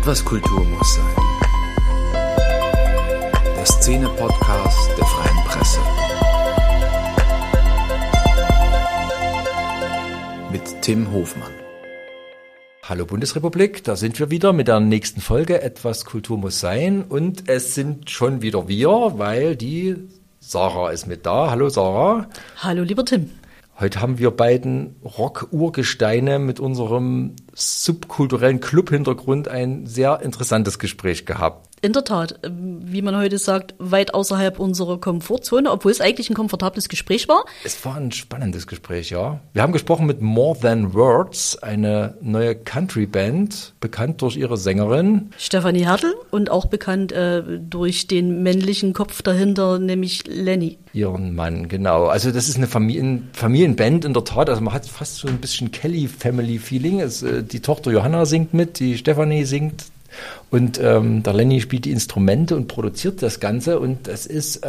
Etwas Kultur muss sein. Der Szene-Podcast der Freien Presse. Mit Tim Hofmann. Hallo Bundesrepublik, da sind wir wieder mit der nächsten Folge Etwas Kultur muss sein. Und es sind schon wieder wir, weil die Sarah ist mit da. Hallo Sarah. Hallo lieber Tim. Heute haben wir beiden Rock-Urgesteine mit unserem subkulturellen Club-Hintergrund ein sehr interessantes Gespräch gehabt. In der Tat, wie man heute sagt, weit außerhalb unserer Komfortzone, obwohl es eigentlich ein komfortables Gespräch war. Es war ein spannendes Gespräch, ja. Wir haben gesprochen mit More Than Words, eine neue Country-Band, bekannt durch ihre Sängerin Stefanie Hertel und auch bekannt durch den männlichen Kopf dahinter, nämlich Lenny. Ihren Mann, genau. Also das ist eine Familienband in der Tat. Also man hat fast so ein bisschen Kelly-Family-Feeling. Die Tochter Johanna singt mit, die Stefanie singt. Und der Lenny spielt die Instrumente und produziert das Ganze. Und das ist,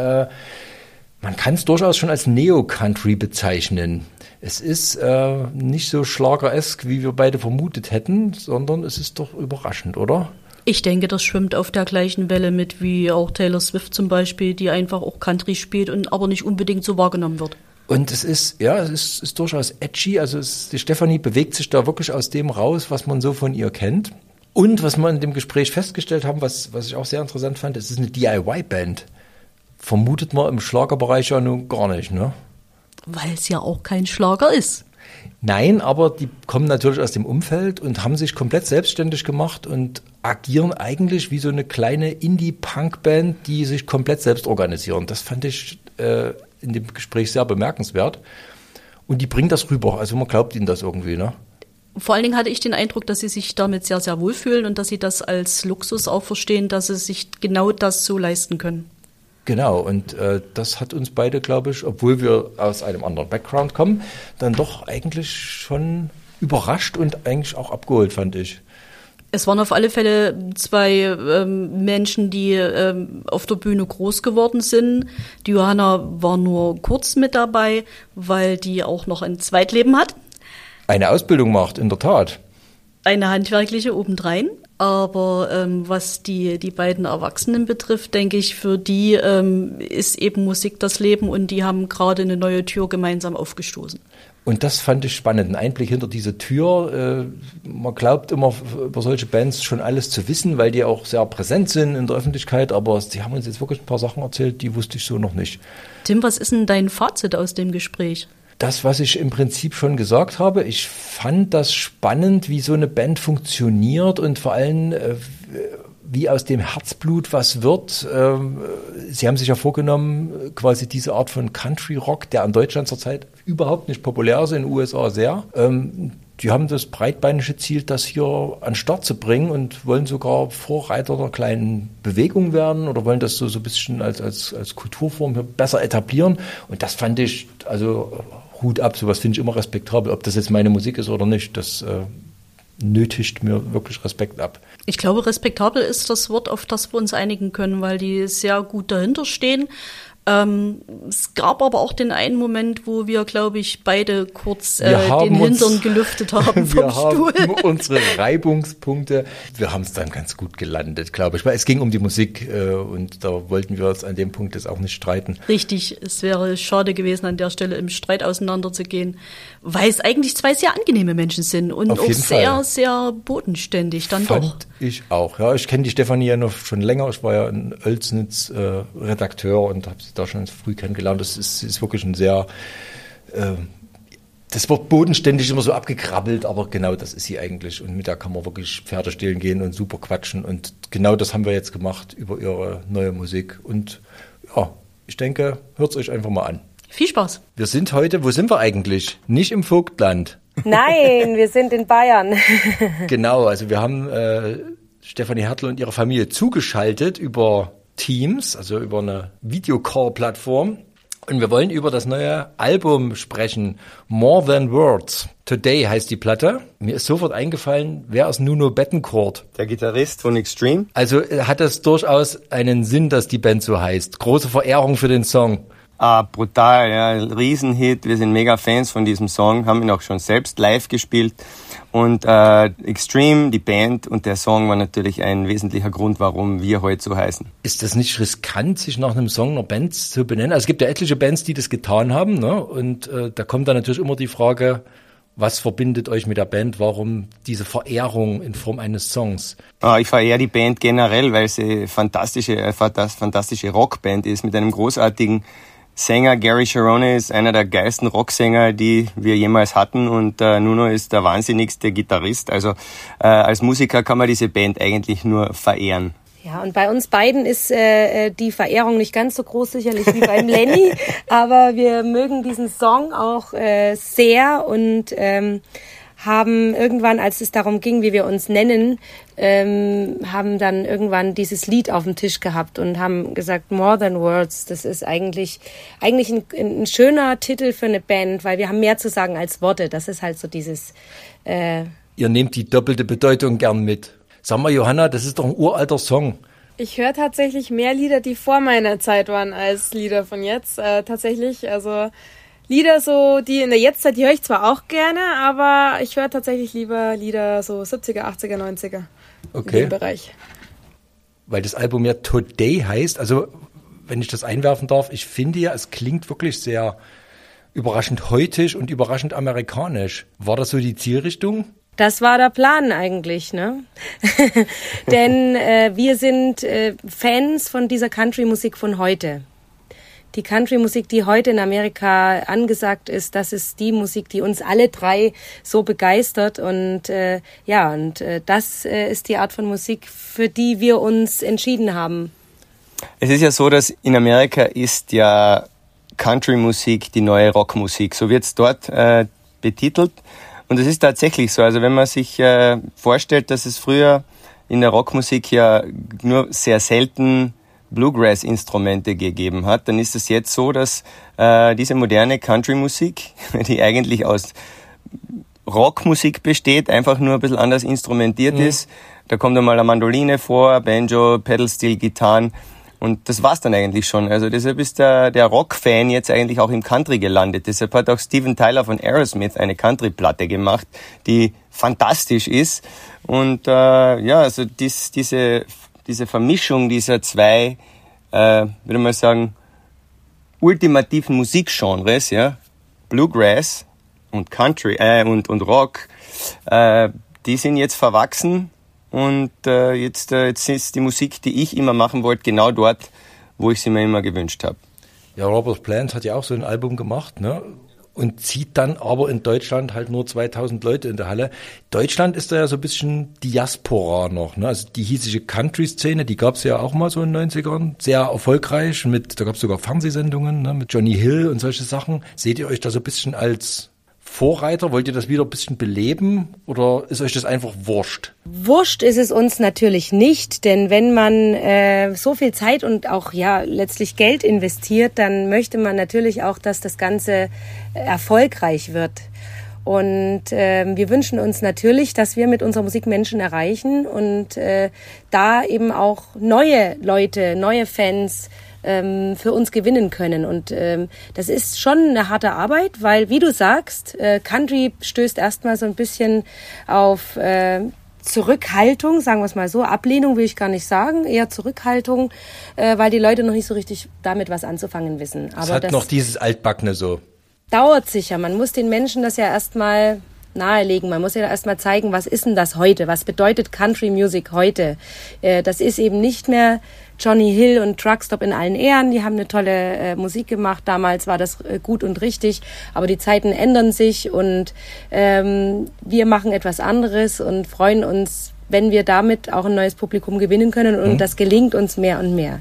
man kann es durchaus schon als Neo-Country bezeichnen. Es ist nicht so schlageresk, wie wir beide vermutet hätten, sondern es ist doch überraschend, oder? Ich denke, das schwimmt auf der gleichen Welle mit wie auch Taylor Swift zum Beispiel, die einfach auch Country spielt und aber nicht unbedingt so wahrgenommen wird. Und es ist durchaus edgy. Also die Stefanie bewegt sich da wirklich aus dem raus, was man so von ihr kennt. Und was wir in dem Gespräch festgestellt haben, was ich auch sehr interessant fand, es ist eine DIY-Band. Vermutet man im Schlagerbereich ja nun gar nicht, ne? Weil es ja auch kein Schlager ist. Nein, aber die kommen natürlich aus dem Umfeld und haben sich komplett selbstständig gemacht und agieren eigentlich wie so eine kleine Indie-Punk-Band, die sich komplett selbst organisieren. Das fand ich in dem Gespräch sehr bemerkenswert. Und die bringen das rüber, also man glaubt ihnen das irgendwie, ne? Vor allen Dingen hatte ich den Eindruck, dass sie sich damit sehr, sehr wohlfühlen und dass sie das als Luxus auch verstehen, dass sie sich genau das so leisten können. Genau, und das hat uns beide, glaube ich, obwohl wir aus einem anderen Background kommen, dann doch eigentlich schon überrascht und eigentlich auch abgeholt, fand ich. Es waren auf alle Fälle zwei Menschen, die auf der Bühne groß geworden sind. Die Johanna war nur kurz mit dabei, weil die auch noch ein Zweitleben hat. Eine Ausbildung macht, in der Tat. Eine handwerkliche obendrein. Aber was die beiden Erwachsenen betrifft, denke ich, für die ist eben Musik das Leben und die haben gerade eine neue Tür gemeinsam aufgestoßen. Und das fand ich spannend, ein Einblick hinter diese Tür. Man glaubt immer über solche Bands schon alles zu wissen, weil die auch sehr präsent sind in der Öffentlichkeit, aber sie haben uns jetzt wirklich ein paar Sachen erzählt, die wusste ich so noch nicht. Tim, was ist denn dein Fazit aus dem Gespräch? Das, was ich im Prinzip schon gesagt habe, ich fand das spannend, wie so eine Band funktioniert und vor allem, wie aus dem Herzblut was wird. Sie haben sich ja vorgenommen, quasi diese Art von Country-Rock, der in Deutschland zurzeit überhaupt nicht populär ist, in den USA sehr. Die haben das breitbeinige Ziel, das hier an den Start zu bringen und wollen sogar Vorreiter einer kleinen Bewegung werden oder wollen das so ein bisschen als Kulturform hier besser etablieren. Und das fand ich, also Hut ab, sowas finde ich immer respektabel. Ob das jetzt meine Musik ist oder nicht, das nötigt mir wirklich Respekt ab. Ich glaube, respektabel ist das Wort, auf das wir uns einigen können, weil die sehr gut dahinter stehen. Es gab aber auch den einen Moment, wo wir, glaube ich, beide kurz den Hintern gelüftet haben vom Stuhl. Wir haben unsere Reibungspunkte. Wir haben es dann ganz gut gelandet, glaube ich. Weil es ging um die Musik und da wollten wir uns an dem Punkt jetzt auch nicht streiten. Richtig, es wäre schade gewesen, an der Stelle im Streit auseinanderzugehen, weil es eigentlich zwei sehr angenehme Menschen sind und auch sehr, sehr bodenständig dann doch. Fand ich auch, ja. Ich kenne die Stefanie ja noch schon länger. Ich war ja in Oelsnitz Redakteur und habe sie da schon früh kennengelernt. Das ist wirklich ein sehr, das Wort bodenständig immer so abgekrabbelt, aber genau das ist sie eigentlich. Und mit der kann man wirklich Pferde stehlen gehen und super quatschen. Und genau das haben wir jetzt gemacht über ihre neue Musik. Und ja, ich denke, hört es euch einfach mal an. Viel Spaß. Wir sind heute, wo sind wir eigentlich? Nicht im Vogtland. Nein, wir sind in Bayern. Genau, also wir haben Stefanie Hertel und ihre Familie zugeschaltet über Teams, also über eine Videocall-Plattform. Und wir wollen über das neue Album sprechen, More Than Words. Today heißt die Platte. Mir ist sofort eingefallen, wer ist Nuno Bettencourt? Der Gitarrist von Extreme. Also hat das durchaus einen Sinn, dass die Band so heißt. Große Verehrung für den Song. Brutal, ja, Riesenhit. Wir sind mega Fans von diesem Song, haben ihn auch schon selbst live gespielt. Und Extreme, die Band und der Song war natürlich ein wesentlicher Grund, warum wir heute so heißen. Ist das nicht riskant, sich nach einem Song einer Band zu benennen? Also es gibt ja etliche Bands, die das getan haben, ne? Und da kommt dann natürlich immer die Frage, was verbindet euch mit der Band? Warum diese Verehrung in Form eines Songs? Ich verehre die Band generell, weil sie fantastische Rockband ist mit einem großartigen Sänger. Gary Cherone ist einer der geilsten Rocksänger, die wir jemals hatten, und Nuno ist der wahnsinnigste Gitarrist. Also als Musiker kann man diese Band eigentlich nur verehren. Ja, und bei uns beiden ist die Verehrung nicht ganz so groß sicherlich wie beim Lenny, aber wir mögen diesen Song auch sehr und haben irgendwann, als es darum ging, wie wir uns nennen, haben dann irgendwann dieses Lied auf dem Tisch gehabt und haben gesagt, More Than Words, das ist eigentlich ein schöner Titel für eine Band, weil wir haben mehr zu sagen als Worte. Das ist halt so dieses... Ihr nehmt die doppelte Bedeutung gern mit. Sag mal, Johanna, das ist doch ein uralter Song. Ich höre tatsächlich mehr Lieder, die vor meiner Zeit waren, als Lieder von jetzt. Tatsächlich, also... Lieder so, die in der Jetztzeit, die höre ich zwar auch gerne, aber ich höre tatsächlich lieber Lieder so 70er, 80er, 90er. Okay. In dem Bereich. Weil das Album ja Today heißt, also wenn ich das einwerfen darf, ich finde ja, es klingt wirklich sehr überraschend heutig und überraschend amerikanisch. War das so die Zielrichtung? Das war der Plan eigentlich, ne? Denn wir sind Fans von dieser Country-Musik von heute. Die Country-Musik, die heute in Amerika angesagt ist, das ist die Musik, die uns alle drei so begeistert. Und das ist die Art von Musik, für die wir uns entschieden haben. Es ist ja so, dass in Amerika ist ja Country-Musik die neue Rockmusik. So wird es dort betitelt. Und es ist tatsächlich so. Also wenn man sich vorstellt, dass es früher in der Rockmusik ja nur sehr selten Bluegrass-Instrumente gegeben hat, dann ist es jetzt so, dass diese moderne Country-Musik, die eigentlich aus Rockmusik besteht, einfach nur ein bisschen anders instrumentiert ist. Da kommt einmal eine Mandoline vor, Banjo, Pedal-Steel, Gitarren, und das war's dann eigentlich schon. Also deshalb ist der Rock-Fan jetzt eigentlich auch im Country gelandet. Deshalb hat auch Steven Tyler von Aerosmith eine Country-Platte gemacht, die fantastisch ist. Und also diese Vermischung dieser zwei, würde man sagen, ultimativen Musikgenres, ja, Bluegrass und Country und Rock, die sind jetzt verwachsen, und jetzt ist die Musik, die ich immer machen wollte, genau dort, wo ich sie mir immer gewünscht habe. Ja, Robert Plant hat ja auch so ein Album gemacht, ne? Und zieht dann aber in Deutschland halt nur 2000 Leute in der Halle. Deutschland ist da ja so ein bisschen Diaspora noch, ne? Also die hiesige Country-Szene, die gab's ja auch mal so in den 90ern, sehr erfolgreich. Da gab's sogar Fernsehsendungen, ne? Mit Johnny Hill und solche Sachen. Seht ihr euch da so ein bisschen als Vorreiter? Wollt ihr das wieder ein bisschen beleben, oder ist euch das einfach wurscht? Wurscht ist es uns natürlich nicht, denn wenn man so viel Zeit und auch letztlich Geld investiert, dann möchte man natürlich auch, dass das Ganze erfolgreich wird. Und wir wünschen uns natürlich, dass wir mit unserer Musik Menschen erreichen und da eben auch neue Leute, neue Fans für uns gewinnen können. Und das ist schon eine harte Arbeit, weil, wie du sagst, Country stößt erstmal so ein bisschen auf Zurückhaltung, sagen wir es mal so. Ablehnung will ich gar nicht sagen, eher Zurückhaltung, weil die Leute noch nicht so richtig damit was anzufangen wissen. Aber es hat noch dieses Altbackene so. Dauert sicher. Man muss den Menschen das ja erstmal nahelegen. Man muss ja erstmal zeigen, was ist denn das heute? Was bedeutet Country Music heute? Das ist eben nicht mehr Johnny Hill und Truckstop in allen Ehren. Die haben eine tolle Musik gemacht. Damals war das gut und richtig. Aber die Zeiten ändern sich, und wir machen etwas anderes und freuen uns, wenn wir damit auch ein neues Publikum gewinnen können. Und das gelingt uns mehr und mehr.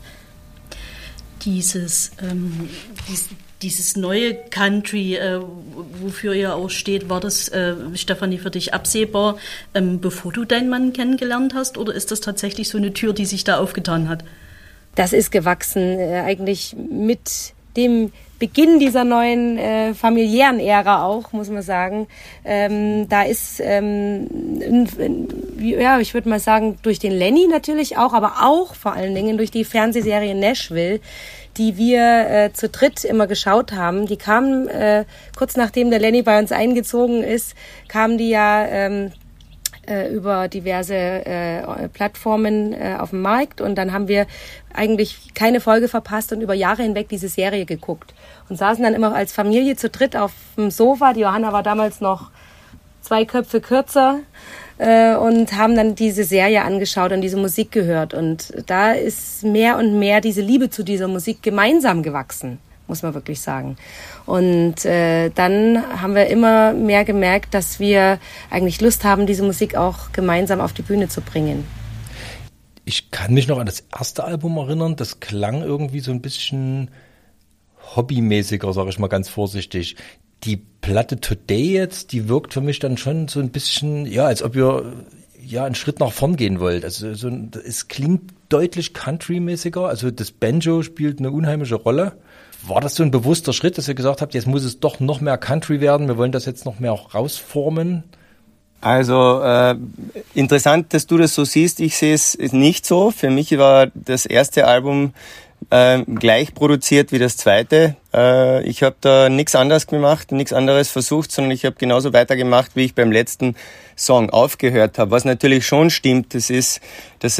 Dieses neue Country, wofür ihr auch steht, war das, Stefanie, für dich absehbar, bevor du deinen Mann kennengelernt hast? Oder ist das tatsächlich so eine Tür, die sich da aufgetan hat? Das ist gewachsen, eigentlich mit dem Beginn dieser neuen familiären Ära auch, muss man sagen. Da ist ich würde mal sagen, durch den Lenny natürlich auch, aber auch vor allen Dingen durch die Fernsehserie Nashville, die wir zu dritt immer geschaut haben. Die kamen, kurz nachdem der Lenny bei uns eingezogen ist, kamen die ja über diverse Plattformen auf den Markt und dann haben wir eigentlich keine Folge verpasst und über Jahre hinweg diese Serie geguckt und saßen dann immer als Familie zu dritt auf dem Sofa. Die Johanna war damals noch 2 Köpfe kürzer und haben dann diese Serie angeschaut und diese Musik gehört und da ist mehr und mehr diese Liebe zu dieser Musik gemeinsam gewachsen, muss man wirklich sagen. Und dann haben wir immer mehr gemerkt, dass wir eigentlich Lust haben, diese Musik auch gemeinsam auf die Bühne zu bringen. Ich kann mich noch an das erste Album erinnern, das klang irgendwie so ein bisschen hobbymäßiger, sage ich mal ganz vorsichtig. Die Platte Today jetzt, die wirkt für mich dann schon so ein bisschen, ja, als ob ihr ja einen Schritt nach vorn gehen wollt. Also es klingt deutlich country-mäßiger, also das Banjo spielt eine unheimliche Rolle. War das so ein bewusster Schritt, dass ihr gesagt habt, jetzt muss es doch noch mehr Country werden, wir wollen das jetzt noch mehr auch rausformen? Also interessant, dass du das so siehst. Ich sehe es nicht so. Für mich war das erste Album gleich produziert wie das zweite. Ich habe da nichts anderes gemacht, nichts anderes versucht, sondern ich habe genauso weitergemacht, wie ich beim letzten Song aufgehört habe. Was natürlich schon stimmt, das ist das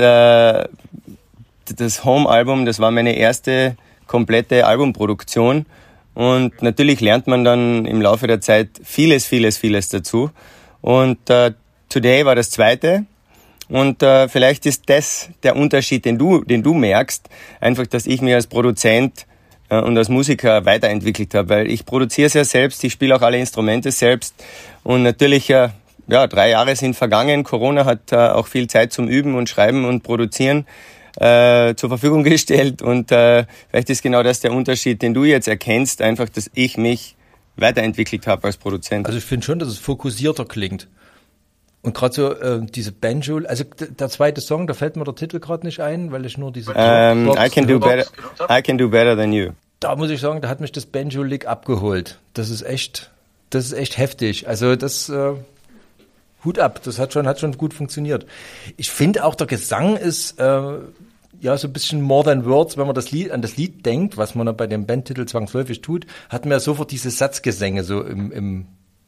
Home-Album, das war meine erste komplette Albumproduktion und natürlich lernt man dann im Laufe der Zeit vieles dazu. Und Today war das zweite. Und vielleicht ist das der Unterschied, den du merkst, einfach, dass ich mir als Produzent und als Musiker weiterentwickelt habe, weil ich produziere es ja selbst, ich spiele auch alle Instrumente selbst und natürlich 3 Jahre sind vergangen. Corona hat auch viel Zeit zum Üben und Schreiben und Produzieren zur Verfügung gestellt und vielleicht ist genau das der Unterschied, den du jetzt erkennst, einfach, dass ich mich weiterentwickelt habe als Produzent. Also ich finde schon, dass es fokussierter klingt. Und gerade so diese Banjo, also der zweite Song, da fällt mir der Titel gerade nicht ein, weil ich nur diese I can do better than you. Da muss ich sagen, da hat mich das Banjo-Lick abgeholt. Das ist echt heftig. Also das Hut ab, das hat schon gut funktioniert. Ich finde auch, der Gesang ist so ein bisschen more than words, wenn man an das Lied denkt, was man bei dem Bandtitel zwangsläufig tut, hat man ja sofort diese Satzgesänge so im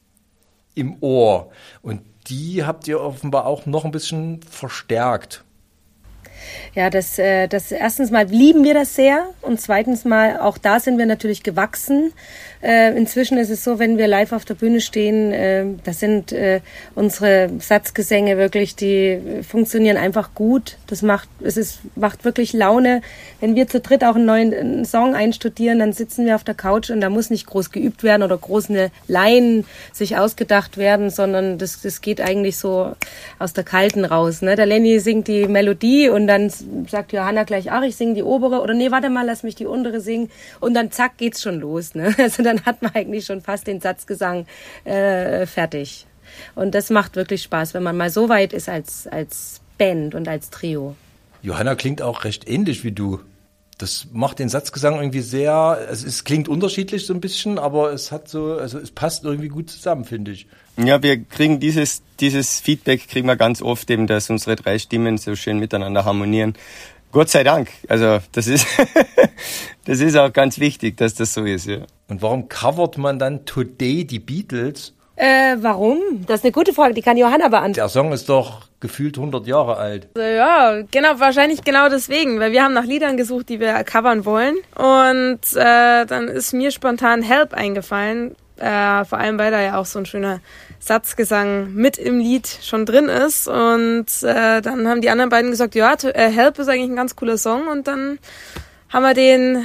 Ohr. Und die habt ihr offenbar auch noch ein bisschen verstärkt. Ja, das erstens mal lieben wir das sehr und zweitens mal auch da sind wir natürlich gewachsen. Inzwischen ist es so, wenn wir live auf der Bühne stehen, das sind unsere Satzgesänge wirklich, die funktionieren einfach gut. Das macht wirklich Laune. Wenn wir zu dritt auch einen neuen Song einstudieren, dann sitzen wir auf der Couch und da muss nicht groß geübt werden oder groß eine Line sich ausgedacht werden, sondern das geht eigentlich so aus der Kalten raus. Ne? Der Lenny singt die Melodie und dann sagt Johanna gleich, ach, ich singe die obere oder nee, warte mal, lass mich die untere singen und dann zack, geht's schon los. Ne? Also dann hat man eigentlich schon fast den Satzgesang fertig. Und das macht wirklich Spaß, wenn man mal so weit ist als Band und als Trio. Johanna klingt auch recht ähnlich wie du. Das macht den Satzgesang irgendwie sehr, also es klingt unterschiedlich so ein bisschen, aber es passt irgendwie gut zusammen, finde ich. Ja, wir kriegen dieses Feedback kriegen wir ganz oft eben, dass unsere 3 Stimmen so schön miteinander harmonieren. Gott sei Dank. Also das ist das ist auch ganz wichtig, dass das so ist. Ja. Und warum covert man dann Today die Beatles? Warum? Das ist eine gute Frage, die kann Johanna beantworten. Der Song ist doch gefühlt 100 Jahre alt. Ja, genau, wahrscheinlich genau deswegen, weil wir haben nach Liedern gesucht, die wir covern wollen. Und dann ist mir spontan Help eingefallen, vor allem weil da ja auch so ein schöner Satzgesang mit im Lied schon drin ist. Und dann haben die anderen beiden gesagt, ja, Help ist eigentlich ein ganz cooler Song. Und dann haben wir den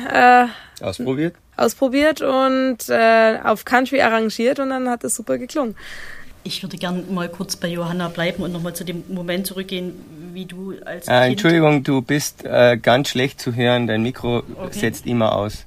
ausprobiert und auf Country arrangiert und dann hat es super geklungen. Ich würde gerne mal kurz bei Johanna bleiben und nochmal zu dem Moment zurückgehen, wie du als Kind... Entschuldigung, du bist ganz schlecht zu hören, dein Mikro setzt immer aus.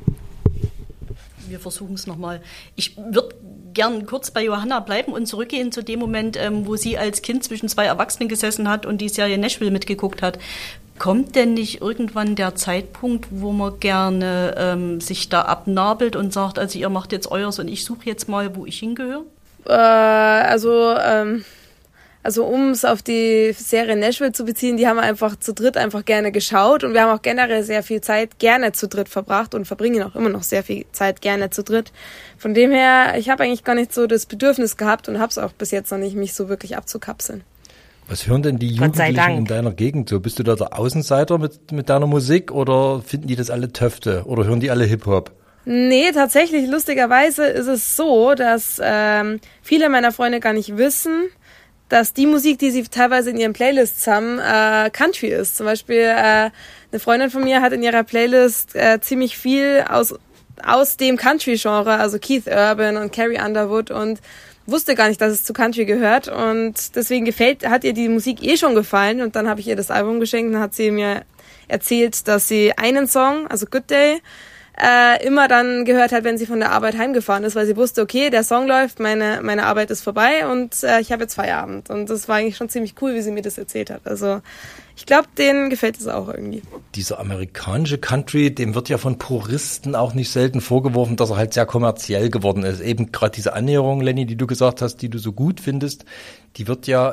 Wir versuchen es nochmal. Ich würde gern kurz bei Johanna bleiben und zurückgehen zu dem Moment, wo sie als Kind zwischen 2 Erwachsenen gesessen hat und die Serie Nashville mitgeguckt hat. Kommt denn nicht irgendwann der Zeitpunkt, wo man gerne sich da abnabelt und sagt, also ihr macht jetzt eures und ich suche jetzt mal, wo ich hingehöre? Also Also um es auf die Serie Nashville zu beziehen, die haben wir einfach zu dritt einfach gerne geschaut und wir haben auch generell sehr viel Zeit gerne zu dritt verbracht und verbringen auch immer noch sehr viel Zeit gerne zu dritt. Von dem her, ich habe eigentlich gar nicht so das Bedürfnis gehabt und habe es auch bis jetzt noch nicht, mich so wirklich abzukapseln. Was hören denn die Jugendlichen in deiner Gegend so? Bist du da der Außenseiter mit deiner Musik oder finden die das alle Töfte oder hören die alle Hip-Hop? Nee, tatsächlich, lustigerweise ist es so, dass viele meiner Freunde gar nicht wissen, dass die Musik, die sie teilweise in ihren Playlists haben, Country ist. Zum Beispiel eine Freundin von mir hat in ihrer Playlist ziemlich viel aus dem Country-Genre, also Keith Urban und Carrie Underwood, und wusste gar nicht, dass es zu Country gehört, und deswegen hat ihr die Musik schon gefallen, und dann habe ich ihr das Album geschenkt und dann hat sie mir erzählt, dass sie einen Song, also Good Day, immer dann gehört hat, wenn sie von der Arbeit heimgefahren ist, weil sie wusste, okay, der Song läuft, meine Arbeit ist vorbei und ich habe jetzt Feierabend. Und das war eigentlich schon ziemlich cool, wie sie mir das erzählt hat. Also ich glaube, denen gefällt es auch irgendwie. Dieser amerikanische Country, dem wird ja von Puristen auch nicht selten vorgeworfen, dass er halt sehr kommerziell geworden ist. Eben gerade diese Annäherung, Lenny, die du gesagt hast, die du so gut findest, die wird ja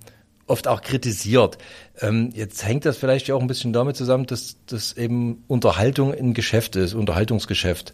oft auch kritisiert. Jetzt hängt das vielleicht ja auch ein bisschen damit zusammen, dass das eben Unterhaltung ein Geschäft ist, Unterhaltungsgeschäft.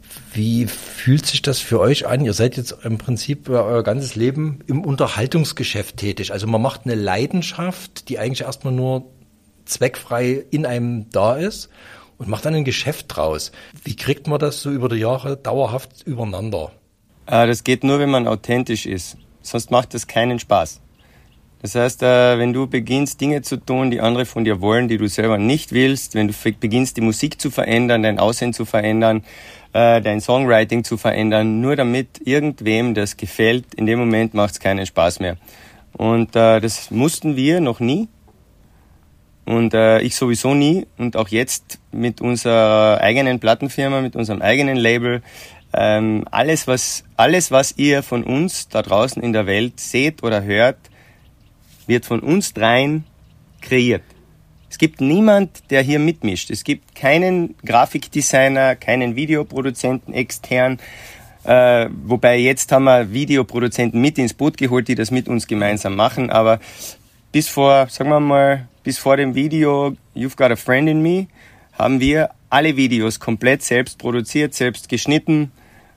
Wie fühlt sich das für euch an? Ihr seid jetzt im Prinzip euer ganzes Leben im Unterhaltungsgeschäft tätig. Also man macht eine Leidenschaft, die eigentlich erstmal nur zweckfrei in einem da ist, und macht dann ein Geschäft draus. Wie kriegt man das so über die Jahre dauerhaft übereinander? Das geht nur, wenn man authentisch ist. Sonst macht das keinen Spaß. Das heißt, wenn du beginnst, Dinge zu tun, die andere von dir wollen, die du selber nicht willst, wenn du beginnst, die Musik zu verändern, dein Aussehen zu verändern, dein Songwriting zu verändern, nur damit irgendwem das gefällt, in dem Moment macht es keinen Spaß mehr. Und das mussten wir noch nie. Und ich sowieso nie. Und auch jetzt mit unserer eigenen Plattenfirma, mit unserem eigenen Label, alles, was ihr von uns da draußen in der Welt seht oder hört, wird von uns dreien kreiert. Es gibt niemand, der hier mitmischt. Es gibt keinen Grafikdesigner, keinen Videoproduzenten extern. Wobei jetzt haben wir Videoproduzenten mit ins Boot geholt, die das mit uns gemeinsam machen. Aber bis vor dem Video You've Got a Friend in Me haben wir alle Videos komplett selbst produziert, selbst geschnitten.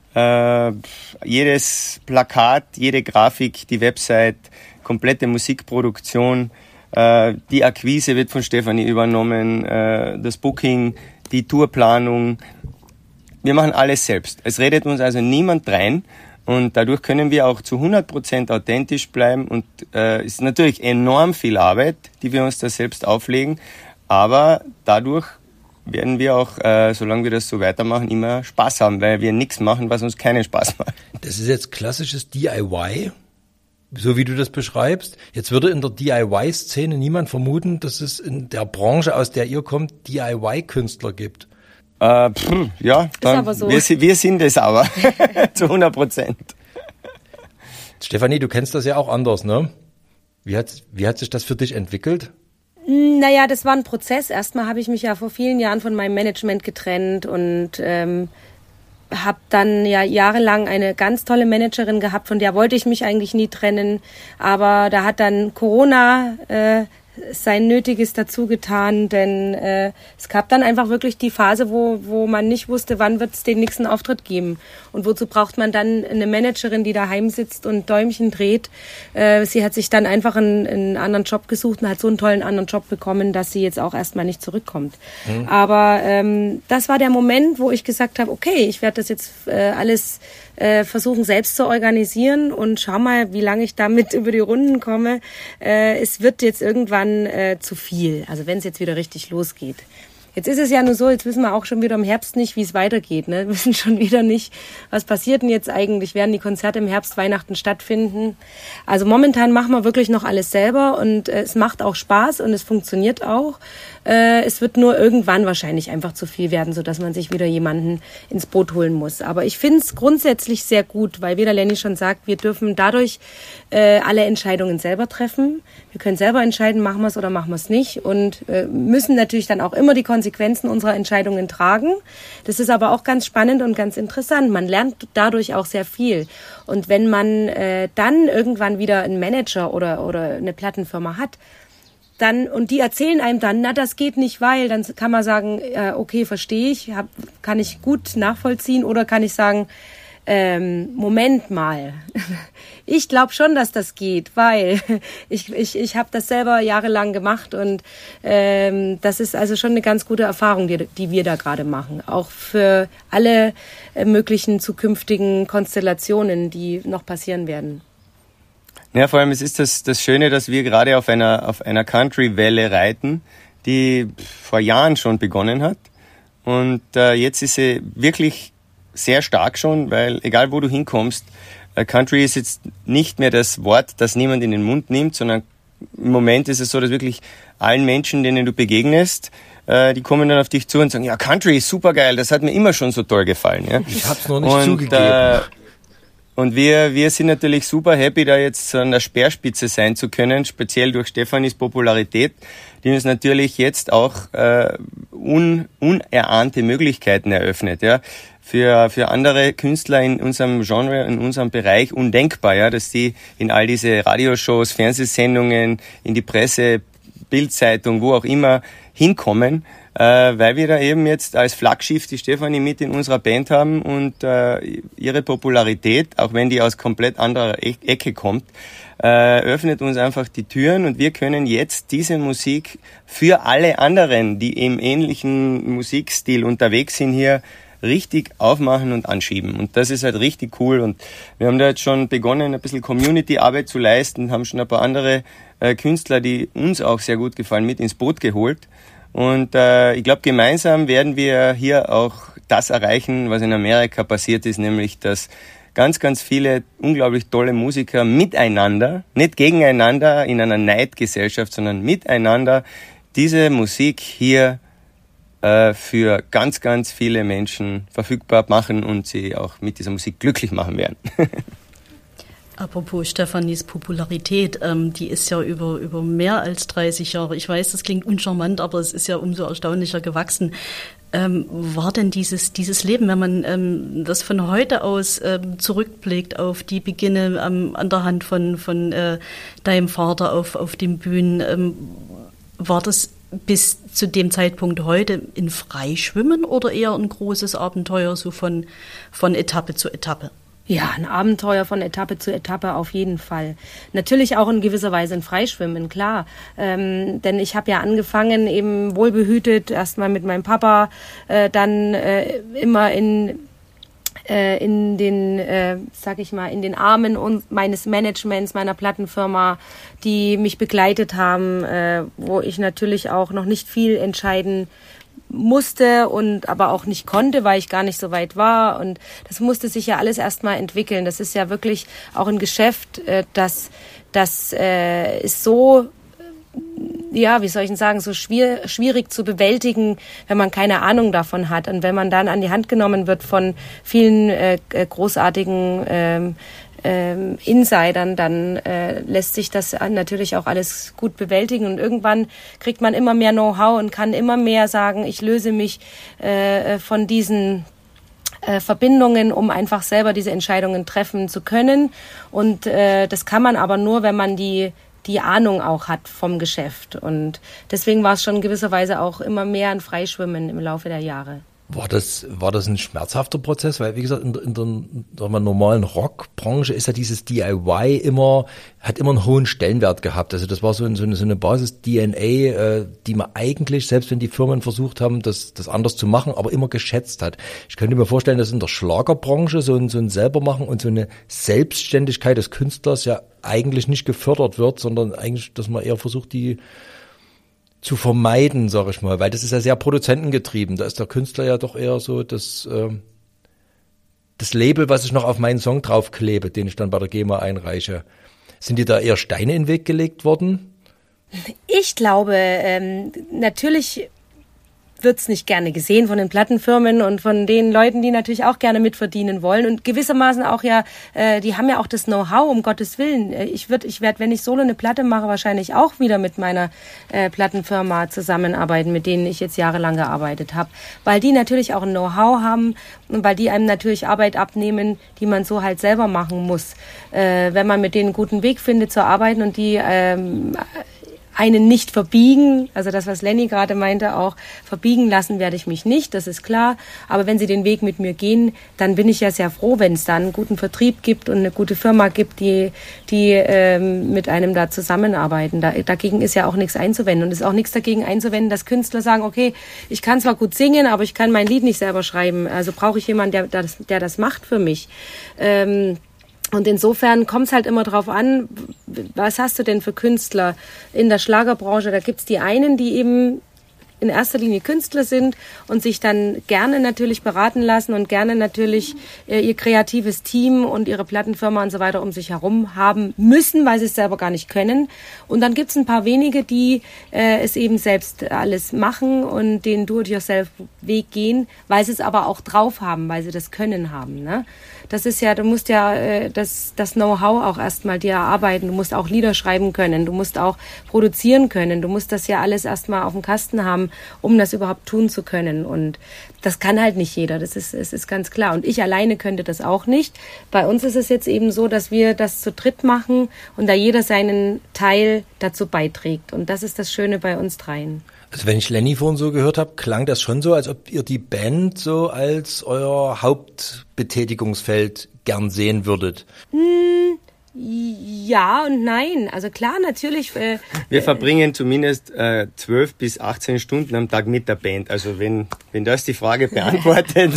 Jedes Plakat, jede Grafik, die Website, komplette Musikproduktion, die Akquise wird von Stefanie übernommen, das Booking, die Tourplanung. Wir machen alles selbst. Es redet uns also niemand rein, und dadurch können wir auch zu 100% authentisch bleiben, und es ist natürlich enorm viel Arbeit, die wir uns da selbst auflegen, aber dadurch werden wir auch, solange wir das so weitermachen, immer Spaß haben, weil wir nichts machen, was uns keinen Spaß macht. Das ist jetzt klassisches DIY, so wie du das beschreibst. Jetzt würde in der DIY-Szene niemand vermuten, dass es in der Branche, aus der ihr kommt, DIY-Künstler gibt. Ja, dann, aber so. wir sind es aber, zu 100%. Stefanie, du kennst das ja auch anders, ne? Wie hat sich das für dich entwickelt? Naja, das war ein Prozess. Erstmal habe ich mich ja vor vielen Jahren von meinem Management getrennt und habe dann ja jahrelang eine ganz tolle Managerin gehabt, von der wollte ich mich eigentlich nie trennen. Aber da hat dann Corona sein Nötiges dazu getan, denn es gab dann einfach wirklich die Phase, wo man nicht wusste, wann wird es den nächsten Auftritt geben. Und wozu braucht man dann eine Managerin, die daheim sitzt und Däumchen dreht? Sie hat sich dann einfach einen anderen Job gesucht und hat so einen tollen anderen Job bekommen, dass sie jetzt auch erstmal nicht zurückkommt. Mhm. Aber das war der Moment, wo ich gesagt habe, okay, ich werde das jetzt alles versuchen selbst zu organisieren und schau mal, wie lange ich damit über die Runden komme. Es wird jetzt irgendwann zu viel, also wenn es jetzt wieder richtig losgeht. Jetzt ist es ja nur so, jetzt wissen wir auch schon wieder im Herbst nicht, wie es weitergeht. Ne? Wir wissen schon wieder nicht, was passiert denn jetzt eigentlich. Werden die Konzerte im Herbst, Weihnachten stattfinden? Also momentan machen wir wirklich noch alles selber und es macht auch Spaß und es funktioniert auch. Es wird nur irgendwann wahrscheinlich einfach zu viel werden, sodass man sich wieder jemanden ins Boot holen muss. Aber ich finde es grundsätzlich sehr gut, weil wie der Lenny schon sagt, wir dürfen dadurch alle Entscheidungen selber treffen. Wir können selber entscheiden, machen wir es oder machen wir es nicht und müssen natürlich dann auch immer die Konzerte Konsequenzen unserer Entscheidungen tragen. Das ist aber auch ganz spannend und ganz interessant. Man lernt dadurch auch sehr viel. Und wenn man dann irgendwann wieder einen Manager oder eine Plattenfirma hat, dann, und die erzählen einem dann, na, das geht nicht, weil, dann kann man sagen, okay, verstehe ich, kann ich gut nachvollziehen, oder kann ich sagen, Moment mal, ich glaube schon, dass das geht, weil ich habe das selber jahrelang gemacht, und das ist also schon eine ganz gute Erfahrung, die wir da gerade machen, auch für alle möglichen zukünftigen Konstellationen, die noch passieren werden. Ja, vor allem es ist das Schöne, dass wir gerade auf einer Country-Welle reiten, die vor Jahren schon begonnen hat. Und jetzt ist sie wirklich sehr stark schon, weil egal wo du hinkommst, Country ist jetzt nicht mehr das Wort, das niemand in den Mund nimmt, sondern im Moment ist es so, dass wirklich allen Menschen, denen du begegnest, die kommen dann auf dich zu und sagen, ja, Country ist super geil, das hat mir immer schon so toll gefallen. Ja? Ich hab's noch nicht zugegeben. Und wir sind natürlich super happy, da jetzt an der Speerspitze sein zu können, speziell durch Stefanis Popularität, die uns natürlich jetzt auch unerahnte Möglichkeiten eröffnet. Ja, für andere Künstler in unserem Genre, in unserem Bereich undenkbar, ja, dass die in all diese Radioshows, Fernsehsendungen, in die Presse, Bildzeitung, wo auch immer hinkommen, weil wir da eben jetzt als Flaggschiff die Stefanie mit in unserer Band haben, und ihre Popularität, auch wenn die aus komplett anderer Ecke kommt, öffnet uns einfach die Türen, und wir können jetzt diese Musik für alle anderen, die im ähnlichen Musikstil unterwegs sind, hier richtig aufmachen und anschieben. Und das ist halt richtig cool, und wir haben da jetzt schon begonnen, ein bisschen Community-Arbeit zu leisten, haben schon ein paar andere Künstler, die uns auch sehr gut gefallen, mit ins Boot geholt. Und ich glaube, gemeinsam werden wir hier auch das erreichen, was in Amerika passiert ist, nämlich dass ganz, ganz viele unglaublich tolle Musiker miteinander, nicht gegeneinander in einer Neidgesellschaft, sondern miteinander diese Musik hier für ganz, ganz viele Menschen verfügbar machen und sie auch mit dieser Musik glücklich machen werden. Apropos Stefanis Popularität, die ist ja über mehr als 30 Jahre. Ich weiß, das klingt uncharmant, aber es ist ja umso erstaunlicher gewachsen. War denn dieses Leben, wenn man das von heute aus zurückblickt auf die Beginne an der Hand von deinem Vater auf den Bühnen, war das bis zu dem Zeitpunkt heute in Freischwimmen oder eher ein großes Abenteuer, so von Etappe zu Etappe? Ja, ein Abenteuer von Etappe zu Etappe auf jeden Fall. Natürlich auch in gewisser Weise ein Freischwimmen, klar. Denn ich habe ja angefangen, eben wohlbehütet, erstmal mit meinem Papa, dann immer in den, sag ich mal, in den Armen meines Managements, meiner Plattenfirma, die mich begleitet haben, wo ich natürlich auch noch nicht viel entscheiden musste und aber auch nicht konnte, weil ich gar nicht so weit war, und das musste sich ja alles erstmal entwickeln. Das ist ja wirklich auch ein Geschäft, das ist so, ja, wie soll ich denn sagen, so schwierig zu bewältigen, wenn man keine Ahnung davon hat, und wenn man dann an die Hand genommen wird von vielen großartigen Insidern, dann lässt sich das natürlich auch alles gut bewältigen, und irgendwann kriegt man immer mehr Know-how und kann immer mehr sagen, ich löse mich von diesen Verbindungen, um einfach selber diese Entscheidungen treffen zu können, und das kann man aber nur, wenn man die Ahnung auch hat vom Geschäft, und deswegen war es schon in gewisser Weise auch immer mehr ein Freischwimmen im Laufe der Jahre. War das ein schmerzhafter Prozess? Weil, wie gesagt, in der normalen Rockbranche ist ja dieses DIY hat immer einen hohen Stellenwert gehabt. Also das war so eine Basis-DNA, die man eigentlich, selbst wenn die Firmen versucht haben, das anders zu machen, aber immer geschätzt hat. Ich könnte mir vorstellen, dass in der Schlagerbranche so ein Selbermachen und so eine Selbstständigkeit des Künstlers ja eigentlich nicht gefördert wird, sondern eigentlich, dass man eher versucht, die zu vermeiden, sage ich mal, weil das ist ja sehr produzentengetrieben. Da ist der Künstler ja doch eher so das Label, was ich noch auf meinen Song draufklebe, den ich dann bei der GEMA einreiche. Sind dir da eher Steine in den Weg gelegt worden? Ich glaube, natürlich wird's nicht gerne gesehen von den Plattenfirmen und von den Leuten, die natürlich auch gerne mitverdienen wollen und gewissermaßen auch die haben ja auch das Know-how, um Gottes Willen. Ich werde, wenn ich solo eine Platte mache, wahrscheinlich auch wieder mit meiner Plattenfirma zusammenarbeiten, mit denen ich jetzt jahrelang gearbeitet habe, weil die natürlich auch ein Know-how haben und weil die einem natürlich Arbeit abnehmen, die man so halt selber machen muss. Wenn man mit denen einen guten Weg findet zu arbeiten und die einen nicht verbiegen, also das, was Lenny gerade meinte, auch verbiegen lassen werde ich mich nicht, das ist klar. Aber wenn sie den Weg mit mir gehen, dann bin ich ja sehr froh, wenn es da einen guten Vertrieb gibt und eine gute Firma gibt, die mit einem da zusammenarbeiten. Dagegen ist ja auch nichts einzuwenden. Und es ist auch nichts dagegen einzuwenden, dass Künstler sagen, okay, ich kann zwar gut singen, aber ich kann mein Lied nicht selber schreiben. Also brauche ich jemanden, der das macht für mich. Und insofern kommt es halt immer drauf an, was hast du denn für Künstler in der Schlagerbranche? Da gibt's die einen, die eben in erster Linie Künstler sind und sich dann gerne natürlich beraten lassen und gerne natürlich ihr kreatives Team und ihre Plattenfirma und so weiter um sich herum haben müssen, weil sie es selber gar nicht können. Und dann gibt's ein paar wenige, die es eben selbst alles machen und den Do-it-yourself-Weg gehen, weil sie es aber auch drauf haben, weil sie das Können haben, ne? Das ist ja, du musst ja das Know-how auch erstmal dir erarbeiten. Du musst auch Lieder schreiben können, du musst auch produzieren können, du musst das ja alles erstmal auf dem Kasten haben, um das überhaupt tun zu können. Und das kann halt nicht jeder, es ist ganz klar. Und ich alleine könnte das auch nicht. Bei uns ist es jetzt eben so, dass wir das zu dritt machen und da jeder seinen Teil dazu beiträgt. Und das ist das Schöne bei uns dreien. Also wenn ich Lenny vorhin so gehört habe, klang das schon so, als ob ihr die Band so als euer Hauptbetätigungsfeld gern sehen würdet. Ja und nein. Also klar, natürlich. Wir verbringen zumindest 12 bis 18 Stunden am Tag mit der Band. Also wenn das die Frage beantwortet.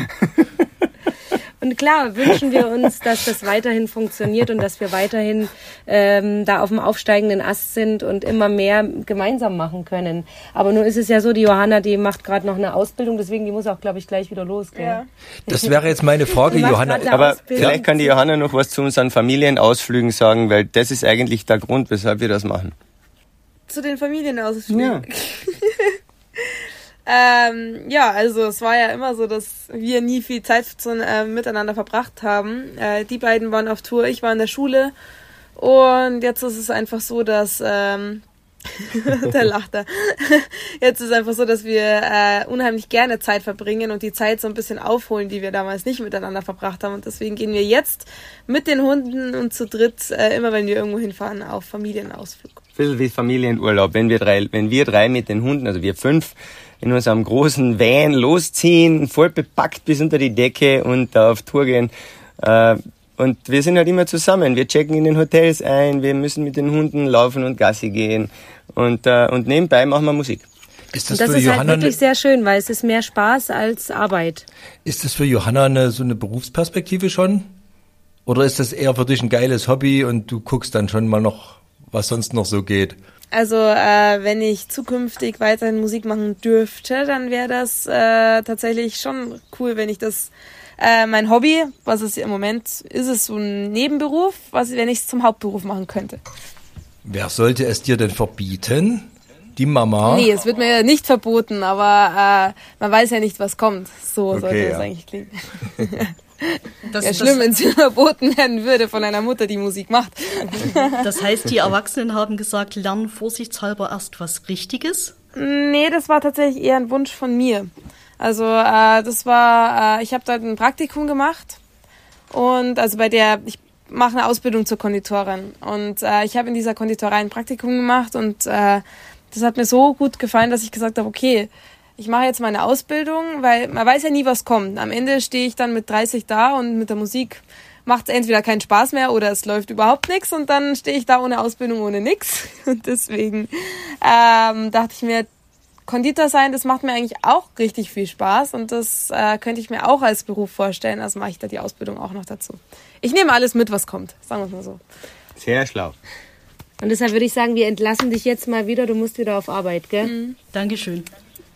Und klar wünschen wir uns, dass das weiterhin funktioniert und dass wir weiterhin da auf dem aufsteigenden Ast sind und immer mehr gemeinsam machen können. Aber nun ist es ja so, die Johanna, die macht gerade noch eine Ausbildung, deswegen die muss auch, glaube ich, gleich wieder los. Gell? Ja. Das wäre jetzt meine Frage, Johanna. Aber vielleicht kann die Johanna noch was zu unseren Familienausflügen sagen, weil das ist eigentlich der Grund, weshalb wir das machen. Zu den Familienausflügen? Ja. Ja, also es war ja immer so, dass wir nie viel Zeit miteinander verbracht haben. Die beiden waren auf Tour, ich war in der Schule und jetzt ist es einfach so, dass der lacht da. Jetzt ist es einfach so, dass wir unheimlich gerne Zeit verbringen und die Zeit so ein bisschen aufholen, die wir damals nicht miteinander verbracht haben. Und deswegen gehen wir jetzt mit den Hunden und zu dritt, immer wenn wir irgendwo hinfahren, auf Familienausflug. Ein bisschen wie Familienurlaub. Wenn wir drei mit den Hunden, also wir 5, in unserem großen Van losziehen, voll bepackt bis unter die Decke und da auf Tour gehen. Und wir sind halt immer zusammen. Wir checken in den Hotels ein, wir müssen mit den Hunden laufen und Gassi gehen. Und nebenbei machen wir Musik. Ist das und das für ist Johanna halt wirklich sehr schön, weil es ist mehr Spaß als Arbeit. Ist das für Johanna so eine Berufsperspektive schon? Oder ist das eher für dich ein geiles Hobby und du guckst dann schon mal noch, was sonst noch so geht? Also wenn ich zukünftig weiterhin Musik machen dürfte, dann wäre das tatsächlich schon cool, wenn ich das, mein Hobby, was es im Moment ist, es so ein Nebenberuf, wenn ich es zum Hauptberuf machen könnte. Wer sollte es dir denn verbieten? Die Mama? Nee, es wird mir nicht verboten, aber man weiß ja nicht, was kommt. So okay, sollte es eigentlich klingen. Ja, schlimm, wenn es verboten werden würde von einer Mutter, die Musik macht. Das heißt, die Erwachsenen haben gesagt, lernen vorsichtshalber erst was Richtiges? Nee, das war tatsächlich eher ein Wunsch von mir. Also das war, ich habe dort ein Praktikum gemacht und also ich mache eine Ausbildung zur Konditorin und ich habe in dieser Konditorei ein Praktikum gemacht und das hat mir so gut gefallen, dass ich gesagt habe, okay, ich mache jetzt meine Ausbildung, weil man weiß ja nie, was kommt. Am Ende stehe ich dann mit 30 da und mit der Musik macht es entweder keinen Spaß mehr oder es läuft überhaupt nichts und dann stehe ich da ohne Ausbildung, ohne nichts. Und deswegen dachte ich mir, Konditor sein, das macht mir eigentlich auch richtig viel Spaß und das könnte ich mir auch als Beruf vorstellen. Also mache ich da die Ausbildung auch noch dazu. Ich nehme alles mit, was kommt, sagen wir es mal so. Sehr schlau. Und deshalb würde ich sagen, wir entlassen dich jetzt mal wieder, du musst wieder auf Arbeit, gell? Mhm. Dankeschön.